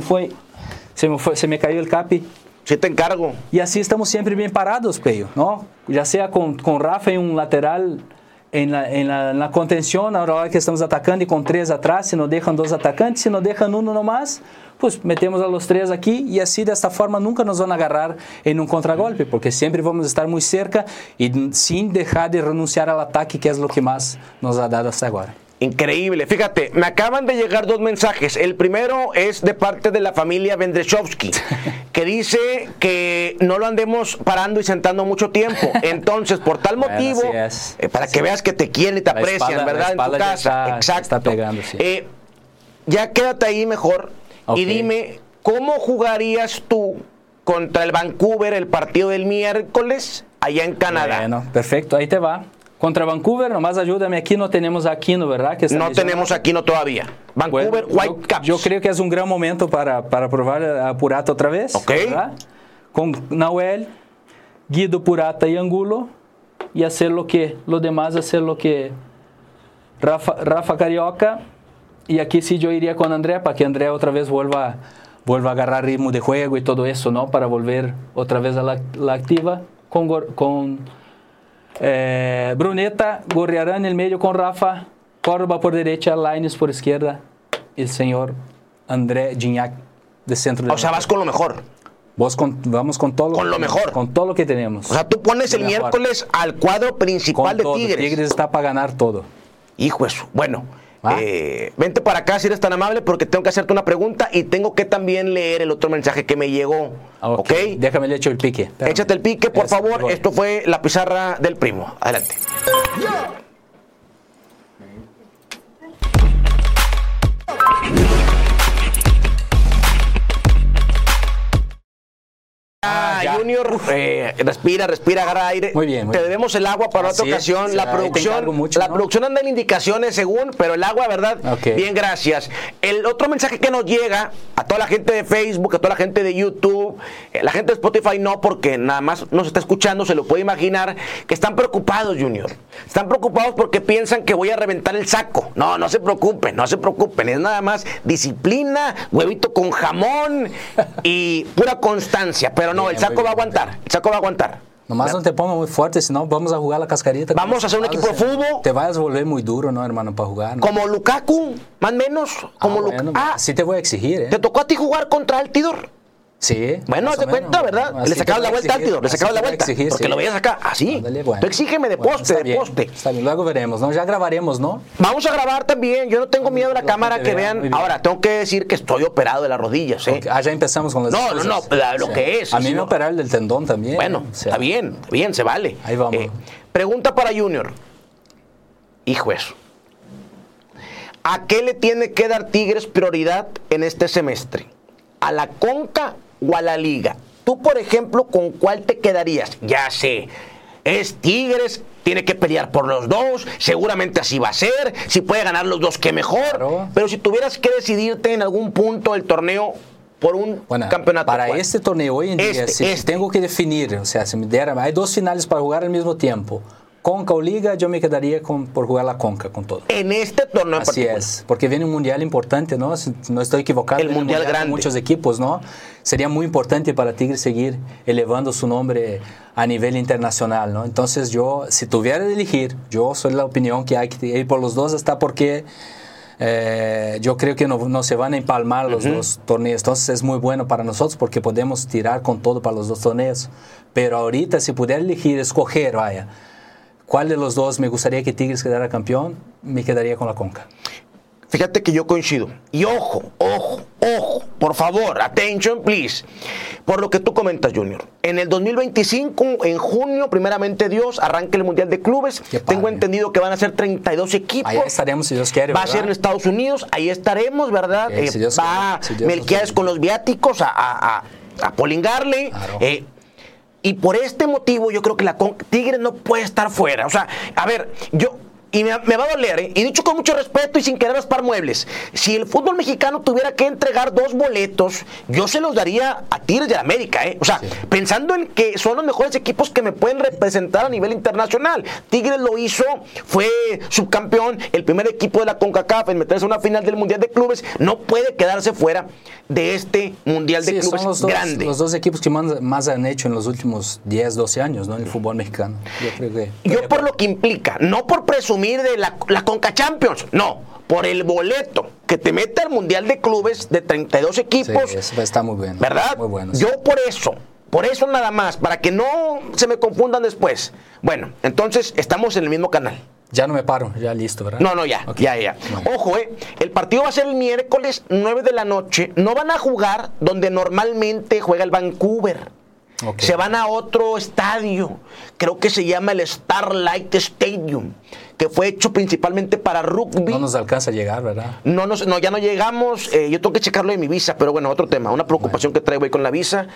me cayó el capi. Sí, te encargo. Y así estamos siempre bien parados, Peyo, ¿no? Ya sea con Rafa en un lateral, en la contención, a la hora que estamos atacando y con 3 atrás, si nos dejan 2 atacantes, si nos dejan uno nomás, pues metemos a los 3 aquí y así de esta forma nunca nos van a agarrar en un contragolpe, porque siempre vamos a estar muy cerca y sin dejar de renunciar al ataque, que es lo que más nos ha dado hasta ahora. Increíble. Fíjate, me acaban de llegar 2 mensajes. El primero es de parte de la familia Vendreshovsky, que dice que no lo andemos parando y sentando mucho tiempo. Entonces, por tal motivo, para que veas que te quieren y te aprecian, ¿verdad? En tu casa. Exacto. Está pegando, sí. Ya quédate ahí mejor y dime, ¿cómo jugarías tú contra el Vancouver el partido del miércoles allá en Canadá? Bueno, perfecto, ahí te va. Contra Vancouver, nomás ayúdame, aquí no tenemos a Aquino, ¿verdad? Que no tenemos a Aquino todavía. Vancouver, bueno, Whitecaps. Yo creo que es un gran momento para probar a Purato otra vez, ok, ¿verdad? Con Nahuel, Guido, Purata y Angulo, y hacer lo demás, hacer lo que Rafa Carioca, y aquí sí yo iría con André, para que André otra vez vuelva a agarrar ritmo de juego y todo eso, ¿no? Para volver otra vez a la activa, con Bruneta, Gorriarán en el medio con Rafa, Córdoba por derecha, Lainez por izquierda, y el señor André Gignac de centro. O sea, vas con lo mejor. Vamos con todo lo mejor. Con todo lo que tenemos. O sea, tú pones el miércoles al cuadro principal de Tigres. Tigres está para ganar todo. Hijo eso. Bueno, vente para acá si eres tan amable, porque tengo que hacerte una pregunta y tengo que también leer el otro mensaje que me llegó. ¿Ok? Déjame le echo el pique. Espérame. Échate el pique, por favor. Esto fue la pizarra del primo. Adelante. Junior, respira, agarra aire. Muy bien. Te debemos el agua para otra ocasión. La producción anda en indicaciones según, pero el agua, ¿verdad? Okay. Bien, gracias. El otro mensaje que nos llega a toda la gente de Facebook, a toda la gente de YouTube, la gente de Spotify no, porque nada más nos está escuchando, se lo puede imaginar, que están preocupados, Junior. Están preocupados porque piensan que voy a reventar el saco. No se preocupen, es nada más disciplina, huevito con jamón y pura constancia, pero no, el saco va a aguantar. Nomás no te pongas muy fuerte, sino vamos a jugar la cascarita. Vamos a hacer un equipo de fútbol. Te vas a volver muy duro, ¿no, hermano, para jugar? ¿No? Como Lukaku, más o menos. Bueno, sí te voy a exigir, ¿eh? ¿Te tocó a ti jugar contra Altidor? Sí. Bueno, haz de cuenta, ¿verdad? Le sacabas la vuelta al Altidor, porque lo veías acá, así. Bueno. Tú exígeme de poste. Está bien, luego veremos, ¿no? Ya grabaremos, ¿no? Vamos a grabar también, yo no tengo miedo de la cámara que vean. Ahora, tengo que decir que estoy operado de las rodillas, ¿eh? Okay. Ya empezamos con las cosas. No, lo que es. A mí me operaron del tendón también. Bueno, está bien, se vale. Ahí vamos. Pregunta para Junior. Hijo eso. ¿A qué le tiene que dar Tigres prioridad en este semestre? ¿A la Conca o a la Liga? Tú, por ejemplo, ¿con cuál te quedarías? Ya sé, es Tigres, tiene que pelear por los dos, seguramente así va a ser, si puede ganar los dos, qué mejor. Claro. Pero si tuvieras que decidirte en algún punto del torneo por un campeonato. Para este torneo hoy en día, tengo que definir, o sea, si me diera, hay dos finales para jugar al mismo tiempo. Conca o Liga, yo me quedaría por jugar la Conca con todo. En este torneo en particular. Así es, porque viene un mundial importante, ¿no? Si no estoy equivocado. El mundial grande. Muchos equipos, ¿no? Sería muy importante para Tigres seguir elevando su nombre a nivel internacional, ¿no? Entonces yo, si tuviera de elegir, yo soy de la opinión que hay que ir por los dos, hasta porque yo creo que no se van a empalmar los dos torneos. Entonces es muy bueno para nosotros porque podemos tirar con todo para los dos torneos. Pero ahorita, si pudiera elegir, escoger, vaya, ¿cuál de los dos me gustaría que Tigres quedara campeón? Me quedaría con la Conca. Fíjate que yo coincido. Y ojo, por favor, attention, please. Por lo que tú comentas, Junior. En el 2025, en junio, primeramente Dios, arranca el Mundial de Clubes. Tengo entendido que van a ser 32 equipos. Ahí estaremos, si Dios quiere, Va a ser en Estados Unidos, ahí estaremos, ¿verdad? Si Dios va Melquiades con los viáticos a polingarle. Claro. Y por este motivo yo creo que la Tigres no puede estar fuera. O sea, a ver, y me va a doler, ¿eh? Y dicho con mucho respeto y sin querer raspar muebles, si el fútbol mexicano tuviera que entregar 2 boletos, yo se los daría a Tigres de América, ¿eh? O sea, pensando en que son los mejores equipos que me pueden representar a nivel internacional. Tigres lo hizo, fue subcampeón, el primer equipo de la CONCACAF en meterse a una final del Mundial de Clubes, no puede quedarse fuera de este Mundial de Clubes son grande. Los dos equipos que más han hecho en los últimos 10, 12 años, ¿no? En el fútbol mexicano. Yo creo que... Yo por lo que implica, no por presumir de la Conca Champions, no, por el boleto que te mete al Mundial de Clubes de 32 equipos. Sí, eso está muy bueno. ¿Verdad? Muy bueno. Yo por eso nada más, para que no se me confundan después. Bueno, entonces estamos en el mismo canal. Ya no me paro, ya listo, ¿verdad? No, ya, okay. ya. Ojo, el partido va a ser el miércoles 9 de la noche. No van a jugar donde normalmente juega el Vancouver. Okay. Se van a otro estadio, creo que se llama el Starlight Stadium, que fue hecho principalmente para rugby. No nos alcanza a llegar, ¿verdad? No, ya no llegamos. Yo tengo que checarlo de mi visa, pero bueno, otro tema, una preocupación que traigo ahí con la visa.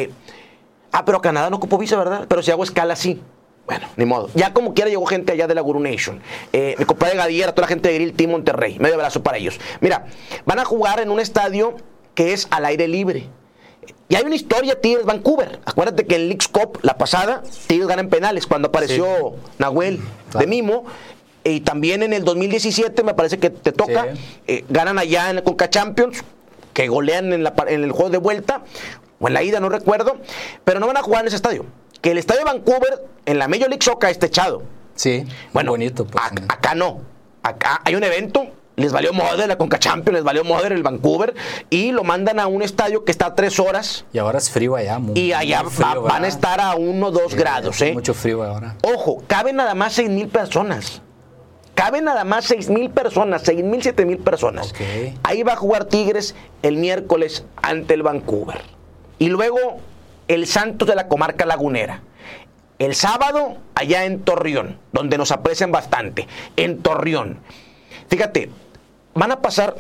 Pero Canadá no ocupó visa, ¿verdad? Pero si hago escala, sí. Bueno, ni modo. Ya como quiera llegó gente allá de la Guru Nation. Mi compadre Gadiera, toda la gente de Grill Team Monterrey. Medio abrazo para ellos. Mira, van a jugar en un estadio que es al aire libre. Y hay una historia, Tigres-Vancouver. Acuérdate que en Leagues Cup, la pasada, Tigres gana en penales cuando apareció Nahuel de Mimo. Y también en el 2017, me parece que te toca, ganan allá en la Conca Champions, que golean en el juego de vuelta, o en la ida, no recuerdo, pero no van a jugar en ese estadio. Que el estadio de Vancouver, en la Major League Soccer, está techado. Sí, bueno, bonito. Pues, acá no. Acá hay un evento, les valió madre la Conca Champions, les valió madre el Vancouver, y lo mandan a un estadio que está a 3 horas. Y ahora es frío allá. Y allá frío, van a estar a 1 o 2 grados. Mucho frío ahora. Ojo, caben nada más 6,000 personas. Caben nada más 6,000 personas, 6,000, 7,000 personas. Okay. Ahí va a jugar Tigres el miércoles ante el Vancouver. Y luego el Santos de la comarca lagunera. El sábado allá en Torreón, donde nos aprecian bastante. En Torreón. Fíjate, van a pasar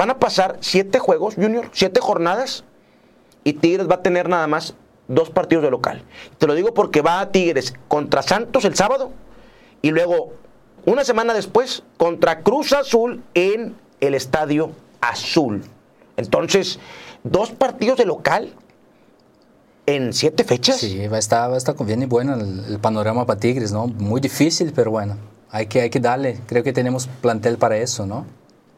7 juegos, Junior, 7 jornadas. Y Tigres va a tener nada más 2 partidos de local. Te lo digo porque va a Tigres contra Santos el sábado. Y luego, una semana después, contra Cruz Azul en el Estadio Azul. Entonces, 2 partidos de local en 7 fechas. Sí, va a estar bien bueno el panorama para Tigres, ¿no? Muy difícil, pero bueno, hay que darle. Creo que tenemos plantel para eso, ¿no?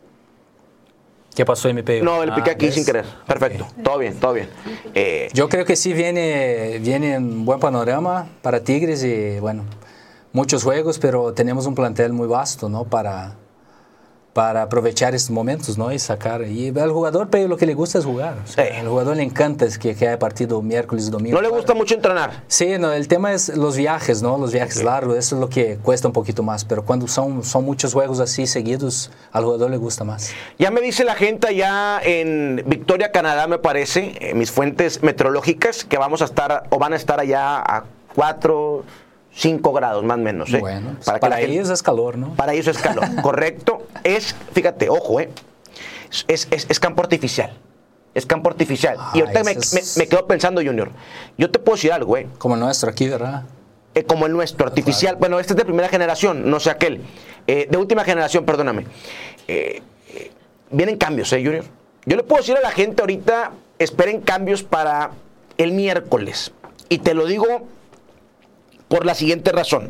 ¿Qué pasó, MP? No, le piqué aquí sin querer. Perfecto. Okay. Todo bien. Yo creo que sí viene un buen panorama para Tigres y, bueno, muchos juegos, pero tenemos un plantel muy vasto, ¿no? Para aprovechar estos momentos, ¿no? Y sacar. Y al jugador, pero lo que le gusta es jugar. O sea, al jugador le encanta es que haya partido miércoles y domingo. ¿No le gusta mucho entrenar? Sí, no, el tema es los viajes, ¿no? Los viajes largos, eso es lo que cuesta un poquito más. Pero cuando son muchos juegos así seguidos, al jugador le gusta más. Ya me dice la gente allá en Victoria, Canadá, me parece, mis fuentes meteorológicas, que van a estar allá a 4, 5 grados, más o menos. Bueno, pues para ellos es calor, ¿no? Para ellos es calor, correcto. Fíjate, ojo, es campo artificial. Es campo artificial. Y ahorita me quedo pensando, Junior, yo te puedo decir algo, Como el nuestro aquí, ¿verdad? Como el nuestro, artificial. Claro. Bueno, este es de primera generación, no sé aquel. De última generación, perdóname. Vienen cambios, Junior. Yo le puedo decir a la gente ahorita, esperen cambios para el miércoles. Y te lo digo por la siguiente razón.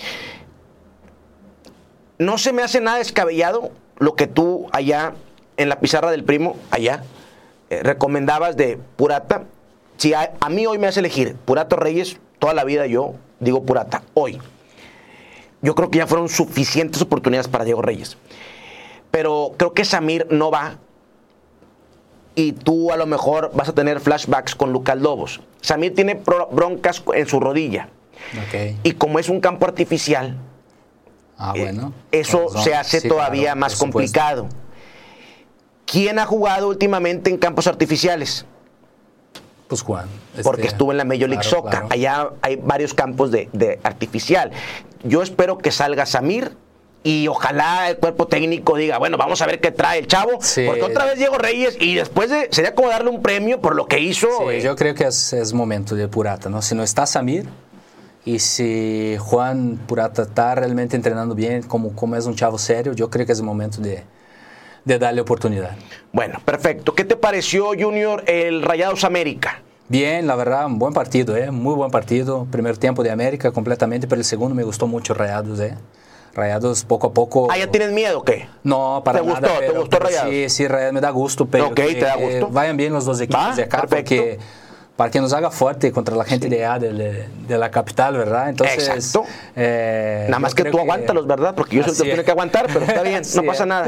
No se me hace nada descabellado lo que tú allá en la pizarra del primo, allá, recomendabas de Purata. Si a mí hoy me hace elegir Purata o Reyes, toda la vida yo digo Purata. Hoy. Yo creo que ya fueron suficientes oportunidades para Diego Reyes. Pero creo que Samir no va. Y tú a lo mejor vas a tener flashbacks con Lucas Lobos. Samir tiene broncas en su rodilla. Okay. Y como es un campo artificial, bueno, eso se hace todavía más complicado. ¿Quién ha jugado últimamente en campos artificiales? Pues Juan. Porque estuvo en la Major League Soccer. Claro. Allá hay varios campos de artificial. Yo espero que salga Samir y ojalá el cuerpo técnico diga, bueno, vamos a ver qué trae el chavo. Sí. Porque otra vez Diego Reyes y después sería como darle un premio por lo que hizo. Sí, yo creo que es momento de Purata, ¿no? Si no está Samir y si Juan Purata está realmente entrenando bien, como es un chavo serio, yo creo que es el momento de darle oportunidad. Bueno, perfecto. ¿Qué te pareció, Junior, el Rayados América? Bien, la verdad, un buen partido, muy buen partido. Primer tiempo de América completamente, pero el segundo me gustó mucho Rayados, Rayados poco a poco. ¿Ah, ya tienes miedo o qué? No, para nada. ¿Te gustó Rayados? Sí, Rayados me da gusto, pero okay, ¿te da gusto? Vayan bien los dos equipos de acá, porque para que nos haga fuerte contra la gente de la capital, ¿verdad? Entonces, exacto. Nada más que tú aguántalos, ¿verdad? Porque yo soy el que tiene que aguantar, pero está bien, no pasa nada.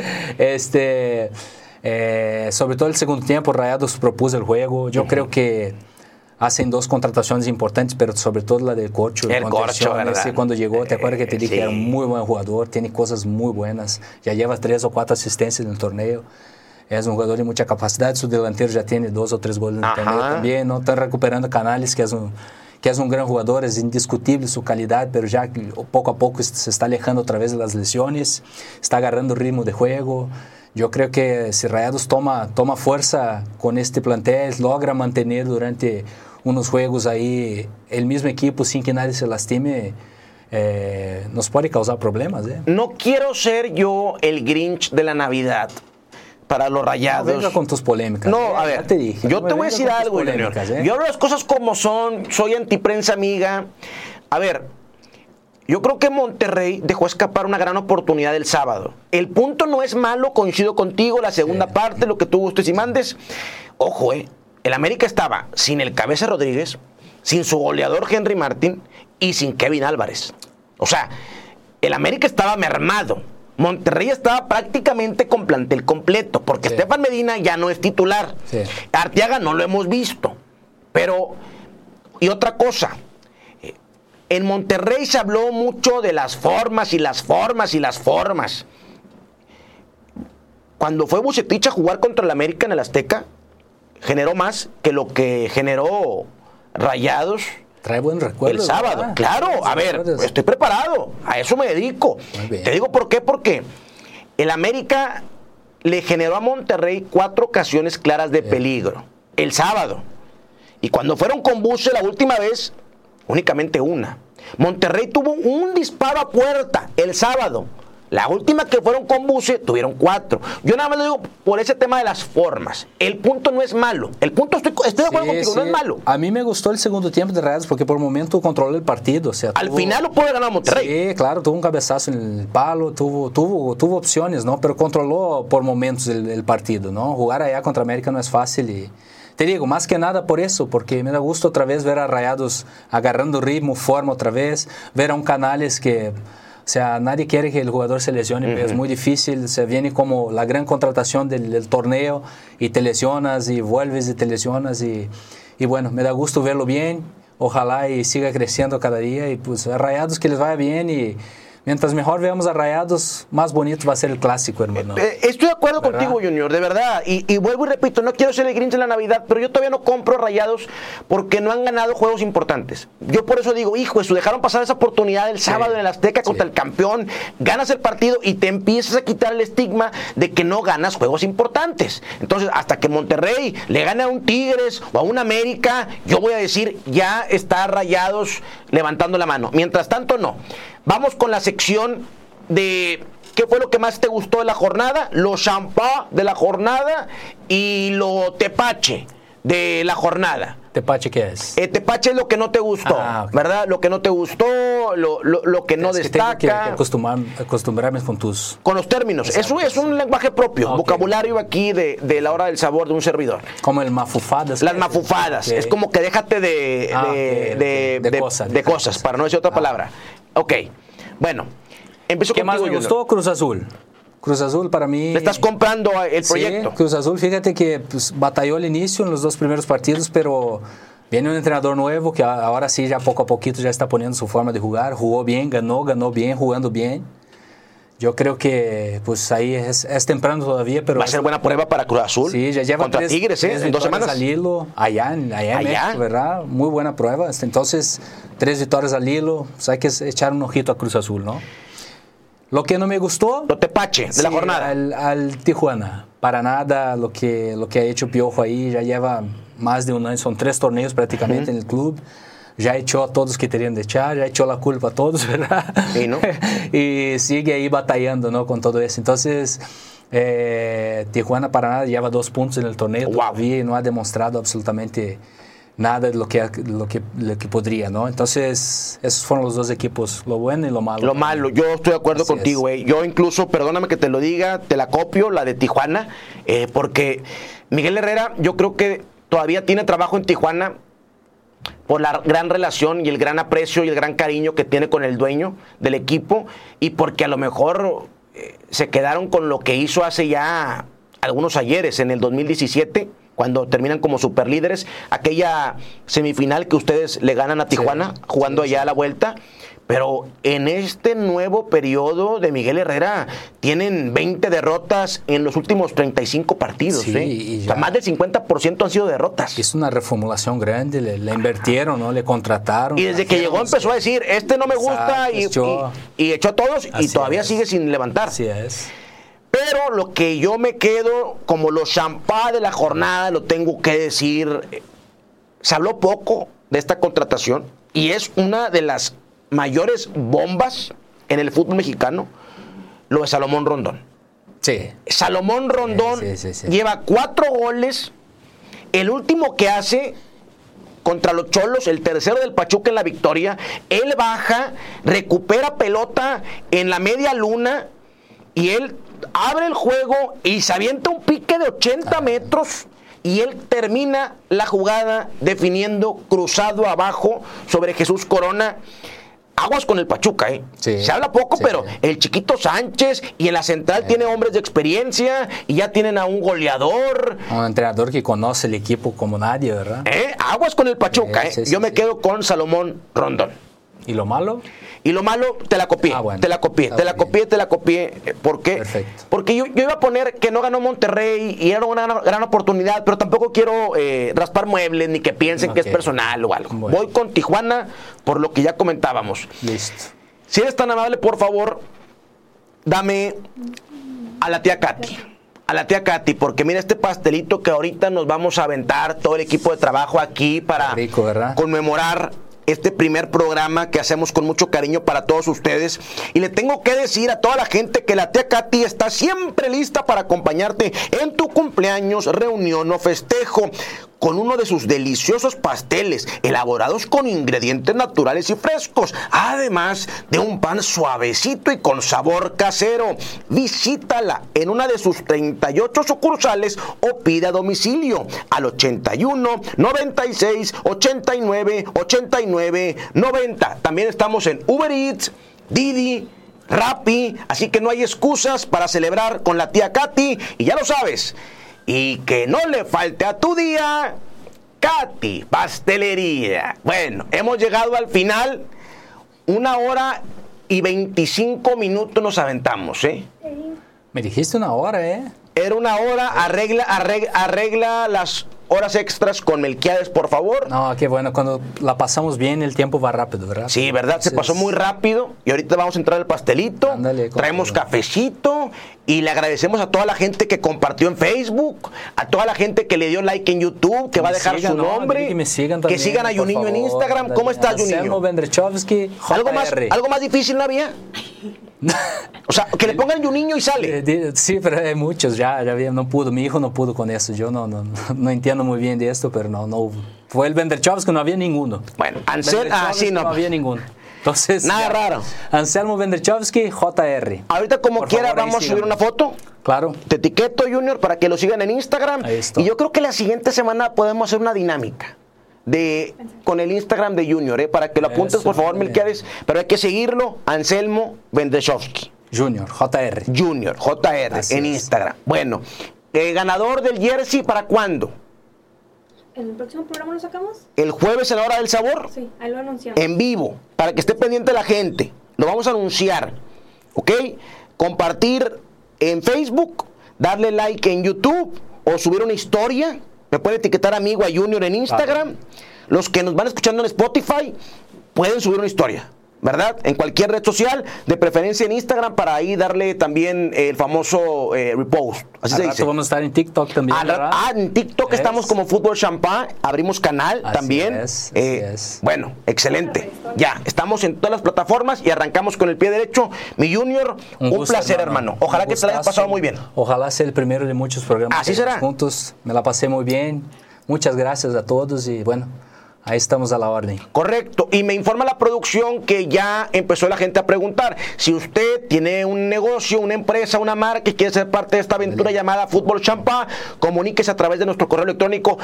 Sobre todo el segundo tiempo, Rayados propuso el juego. Yo creo que hacen 2 contrataciones importantes, pero sobre todo la del Corcho. El Corcho, ¿verdad? Cuando llegó, ¿te acuerdas que te dije? Era un muy buen jugador, tiene cosas muy buenas. Ya lleva 3 o 4 asistencias en el torneo. Es un jugador de mucha capacidad. Su delantero ya tiene 2 o 3 goles en el torneo también. No está recuperando Canales, que es un gran jugador. Es indiscutible su calidad, pero ya poco a poco se está alejando otra vez de las lesiones. Está agarrando ritmo de juego. Yo creo que si Rayados toma fuerza con este plantel, logra mantener durante unos juegos ahí el mismo equipo sin que nadie se lastime, nos puede causar problemas. No quiero ser yo el Grinch de la Navidad, para los Rayados. No venga con tus polémicas. No, a ver, ya te dije, yo no te voy a venga decir con tus algo, Junior. polémicas, Yo hablo las cosas como son, soy antiprensa amiga. A ver, yo creo que Monterrey dejó escapar una gran oportunidad el sábado. El punto no es malo, coincido contigo, la segunda parte, lo que tú gustes y mandes. Ojo, el América estaba sin el Cabeza Rodríguez, sin su goleador Henry Martin y sin Kevin Álvarez. O sea, el América estaba mermado. Monterrey estaba prácticamente con plantel completo, porque Estefan Medina ya no es titular. Sí. Arteaga no lo hemos visto. Pero, y otra cosa, en Monterrey se habló mucho de las formas y las formas y las formas. Cuando fue Vucetich a jugar contra el América en el Azteca, generó más que lo que generó Rayados. Trae buen recuerdo. El sábado, ¿verdad? Claro, a ver, estoy preparado, a eso me dedico. Te digo por qué, porque el América le generó a Monterrey 4 ocasiones claras de peligro, el sábado. Y cuando fueron con Buce la última vez, únicamente una. Monterrey tuvo un disparo a puerta el sábado. La última que fueron con Buce tuvieron 4. Yo nada más lo digo por ese tema de las formas. El punto no es malo. El punto, estoy de acuerdo contigo, no es malo. A mí me gustó el segundo tiempo de Rayados porque por momento controló el partido. O sea, al final lo puede ganar Monterrey. Sí, claro, tuvo un cabezazo en el palo, tuvo opciones, ¿no? Pero controló por momentos el partido, ¿no? Jugar allá contra América no es fácil y te digo, más que nada por eso, porque me da gusto otra vez ver a Rayados agarrando ritmo, forma otra vez, ver a un Canales que... O sea, nadie quiere que el jugador se lesione, pero es muy difícil. Se viene como la gran contratación del torneo y te lesionas y vuelves y te lesionas. Y bueno, me da gusto verlo bien. Ojalá y siga creciendo cada día. Y pues a Rayados que les vaya bien. Y mientras mejor veamos a Rayados, más bonito va a ser el clásico, hermano. Estoy de acuerdo contigo, Junior, de verdad. Y vuelvo y repito, no quiero ser el Grinch en la Navidad, pero yo todavía no compro Rayados porque no han ganado juegos importantes. Yo por eso digo, hijo, eso dejaron pasar esa oportunidad el sábado en el Azteca contra el campeón, ganas el partido y te empiezas a quitar el estigma de que no ganas juegos importantes. Entonces, hasta que Monterrey le gane a un Tigres o a un América, yo voy a decir, ya está Rayados levantando la mano. Mientras tanto, no. Vamos con la sección de qué fue lo que más te gustó de la jornada, lo champá de la jornada y lo tepache de la jornada. ¿Tepache qué es? Tepache es lo que no te gustó, ¿verdad? Lo que no te gustó, lo que no destaca. Tengo que acostumbrarme con los términos. Exacto. Eso es un lenguaje propio, vocabulario aquí de la hora del sabor de un servidor. Como el mafufadas. Las mafufadas. Es como que déjate de cosas, para no decir otra palabra. Ok, bueno, empiezo contigo. ¿Qué más me gustó? Cruz Azul. Cruz Azul para mí... ¿Le estás comprando el proyecto? Sí, Cruz Azul, fíjate que pues, batalló al inicio en los 2 primeros partidos, pero viene un entrenador nuevo que ahora sí, ya poco a poquito ya está poniendo su forma de jugar. Jugó bien, ganó bien, jugando bien. Yo creo que pues ahí es temprano todavía, pero... Va a ser buena prueba para Cruz Azul. Sí, ya lleva contra Tigres, en 2 semanas. Al hilo, allá en México, ¿verdad? Muy buena prueba. Entonces, 3 victorias al hilo. Pues hay que echar un ojito a Cruz Azul, ¿no? Lo que no me gustó... Lo tepache de la jornada. Al Tijuana. Para nada lo que ha hecho Piojo ahí. Ya lleva más de un año. Son 3 torneos prácticamente en el club. Ya echó a todos que tenían de echar. Ya echó la culpa a todos, ¿verdad? Sí, ¿no? Y sigue ahí batallando, ¿no? Con todo eso. Entonces, Tijuana para nada lleva 2 puntos en el torneo. Wow. Todavía y no ha demostrado absolutamente nada de lo que podría, ¿no? Entonces, esos fueron los 2 equipos, lo bueno y lo malo. Lo malo, yo estoy de acuerdo contigo, Yo incluso, perdóname que te lo diga, te la copio, la de Tijuana, porque Miguel Herrera, yo creo que todavía tiene trabajo en Tijuana por la gran relación y el gran aprecio y el gran cariño que tiene con el dueño del equipo y porque a lo mejor se quedaron con lo que hizo hace ya algunos ayeres, en el 2017, cuando terminan como superlíderes, aquella semifinal que ustedes le ganan a Tijuana, jugando allá a la vuelta. Pero en este nuevo periodo de Miguel Herrera tienen 20 derrotas en los últimos 35 partidos. O sea, más del 50% han sido derrotas. Es una reformulación grande, le invirtieron, ¿no? Le contrataron. Y desde que llegó empezó a decir, no me gusta, y echó a todos y todavía sigue sin levantar. Así es. Pero lo que yo me quedo como lo champá de la jornada, lo tengo que decir, se habló poco de esta contratación y es una de las mayores bombas en el fútbol mexicano, lo de Salomón Rondón. Sí. Salomón Rondón Sí. lleva 4 goles. El último que hace contra los Cholos, el tercero del Pachuca en la victoria, él baja, recupera pelota en la media luna y él abre el juego y se avienta un pique de 80 metros y él termina la jugada definiendo cruzado abajo sobre Jesús Corona. Aguas con el Pachuca, ¿eh? Sí, Se habla poco, sí. pero el chiquito Sánchez y en la central tiene hombres de experiencia y ya tienen a un goleador. Un entrenador que conoce el equipo como nadie, ¿verdad? Aguas con el Pachuca, ¿eh? Sí, Yo me quedo con Salomón Rondón. ¿Y lo malo? Y lo malo, te la copié, Bueno. te la copié. ¿Por qué? Perfecto. Porque yo iba a poner que no ganó Monterrey y era una gran oportunidad, pero tampoco quiero raspar muebles ni que piensen que es Ok. personal o algo. Bueno. Voy con Tijuana por lo que ya comentábamos. Listo. Si eres tan amable, por favor, dame a la tía Katy. A la tía Katy, porque mira este pastelito que ahorita nos vamos a aventar todo el equipo de trabajo aquí para Rico, ¿verdad? conmemorar este primer programa que hacemos con mucho cariño para todos ustedes. Y le tengo que decir a toda la gente que la tía Katy está siempre lista para acompañarte en tu cumpleaños, reunión o festejo, con uno de sus deliciosos pasteles elaborados con ingredientes naturales y frescos, además de un pan suavecito y con sabor casero. Visítala en una de sus 38 sucursales o pide a domicilio al 81 96 89 89 90. También estamos en Uber Eats, Didi, Rappi, así que no hay excusas para celebrar con la tía Katy. Y ya lo sabes, y que no le falte a tu día, Katy Pastelería. Bueno, hemos llegado al final. 1 hora y 25 minutos nos aventamos, ¿eh? Me dijiste 1 hora, ¿eh? Era 1 hora, arregla las horas extras con Melquiades, por favor. No, qué bueno. Cuando la pasamos bien, el tiempo va rápido, ¿verdad? Sí, ¿verdad? Se pasó muy rápido y ahorita vamos a entrar al pastelito. Ándale, traemos cómprenlo. cafecito y le agradecemos a toda la gente que compartió en Facebook, a toda la gente que le dio like en YouTube, que va a dejar sigan, su ¿no? nombre, Dile que me sigan también, que sigan a por Juninho en favor. Instagram. ¿Cómo estás, Anselmo Juninho? Vendrechovsky, JR. ¿Algo más difícil no había? O sea, que le pongan Juninho y sale. Sí, pero hay muchos, ya vi, no pudo, mi hijo no pudo con eso, yo no entiendo muy bien de esto, pero no hubo. Fue el Vendrechovsky, no había ninguno. Bueno, sí, no no. había ninguno. Entonces, Nada raro. Anselmo Vendrechovsky, JR. Ahorita como Por quiera favor, ahí vamos a subir síganos. una foto. Claro. Te etiqueto, Junior, para que lo sigan en Instagram. Ahí está. Y yo creo que la siguiente semana podemos hacer una dinámica con el Instagram de Junior, para que lo apuntes, Eso, por favor, muy Melquiades. Pero hay que seguirlo, Anselmo Vendrechovsky Junior, JR. Junior, JR, Así en es. Instagram. Bueno, ganador del jersey, ¿para cuándo? ¿En el próximo programa lo sacamos? ¿El jueves en la hora del sabor? Sí, ahí lo anunciamos. En vivo, para que esté pendiente la gente. Lo vamos a anunciar, ¿ok? Compartir en Facebook, darle like en YouTube o subir una historia. Me puede etiquetar amigo a Junior en Instagram. Los que nos van escuchando en Spotify pueden subir una historia, ¿verdad? En cualquier red social, de preferencia en Instagram, para ahí darle también el famoso repost. Así Al se rato dice. vamos a estar en TikTok también, ¿verdad? En TikTok Es. estamos como Fútbol Champán, abrimos canal Así también. es, así es. Bueno, excelente. Ya, estamos en todas las plataformas y arrancamos con el pie derecho. Mi Junior, un gusto, placer, hermano. Ojalá Un que te la hayas gustazo. pasado muy bien. Ojalá sea el primero de muchos programas. Así que será. hacemos juntos. Me la pasé muy bien. Muchas gracias a todos y bueno, ahí estamos a la orden. Correcto. Y me informa la producción que ya empezó la gente a preguntar. Si usted tiene un negocio, una empresa, una marca y quiere ser parte de esta aventura llamada Fútbol Champán, comuníquese a través de nuestro correo electrónico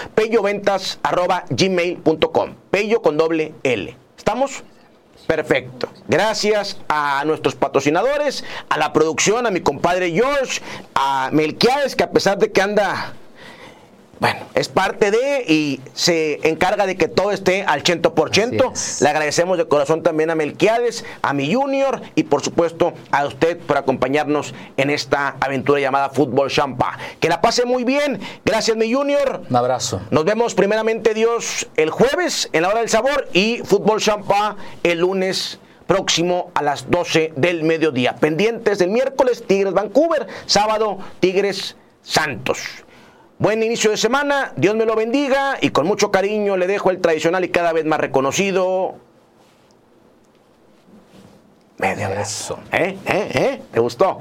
peyoventas@gmail.com. Pello con doble L. ¿Estamos? Perfecto. Gracias a nuestros patrocinadores, a la producción, a mi compadre George, a Melquiades, que a pesar de que anda... Bueno, es parte de y se encarga de que todo esté al 100%. Así es. Le agradecemos de corazón también a Melquiades, a mi Junior y por supuesto a usted por acompañarnos en esta aventura llamada Fútbol Champán. Que la pase muy bien. Gracias, mi Junior. Un abrazo. Nos vemos primeramente Dios el jueves en la hora del sabor y Fútbol Champán el lunes próximo a las 12 del mediodía. Pendientes del miércoles, Tigres Vancouver, sábado Tigres Santos. Buen inicio de semana, Dios me lo bendiga y con mucho cariño le dejo el tradicional y cada vez más reconocido medio abrazo. ¿Te gustó?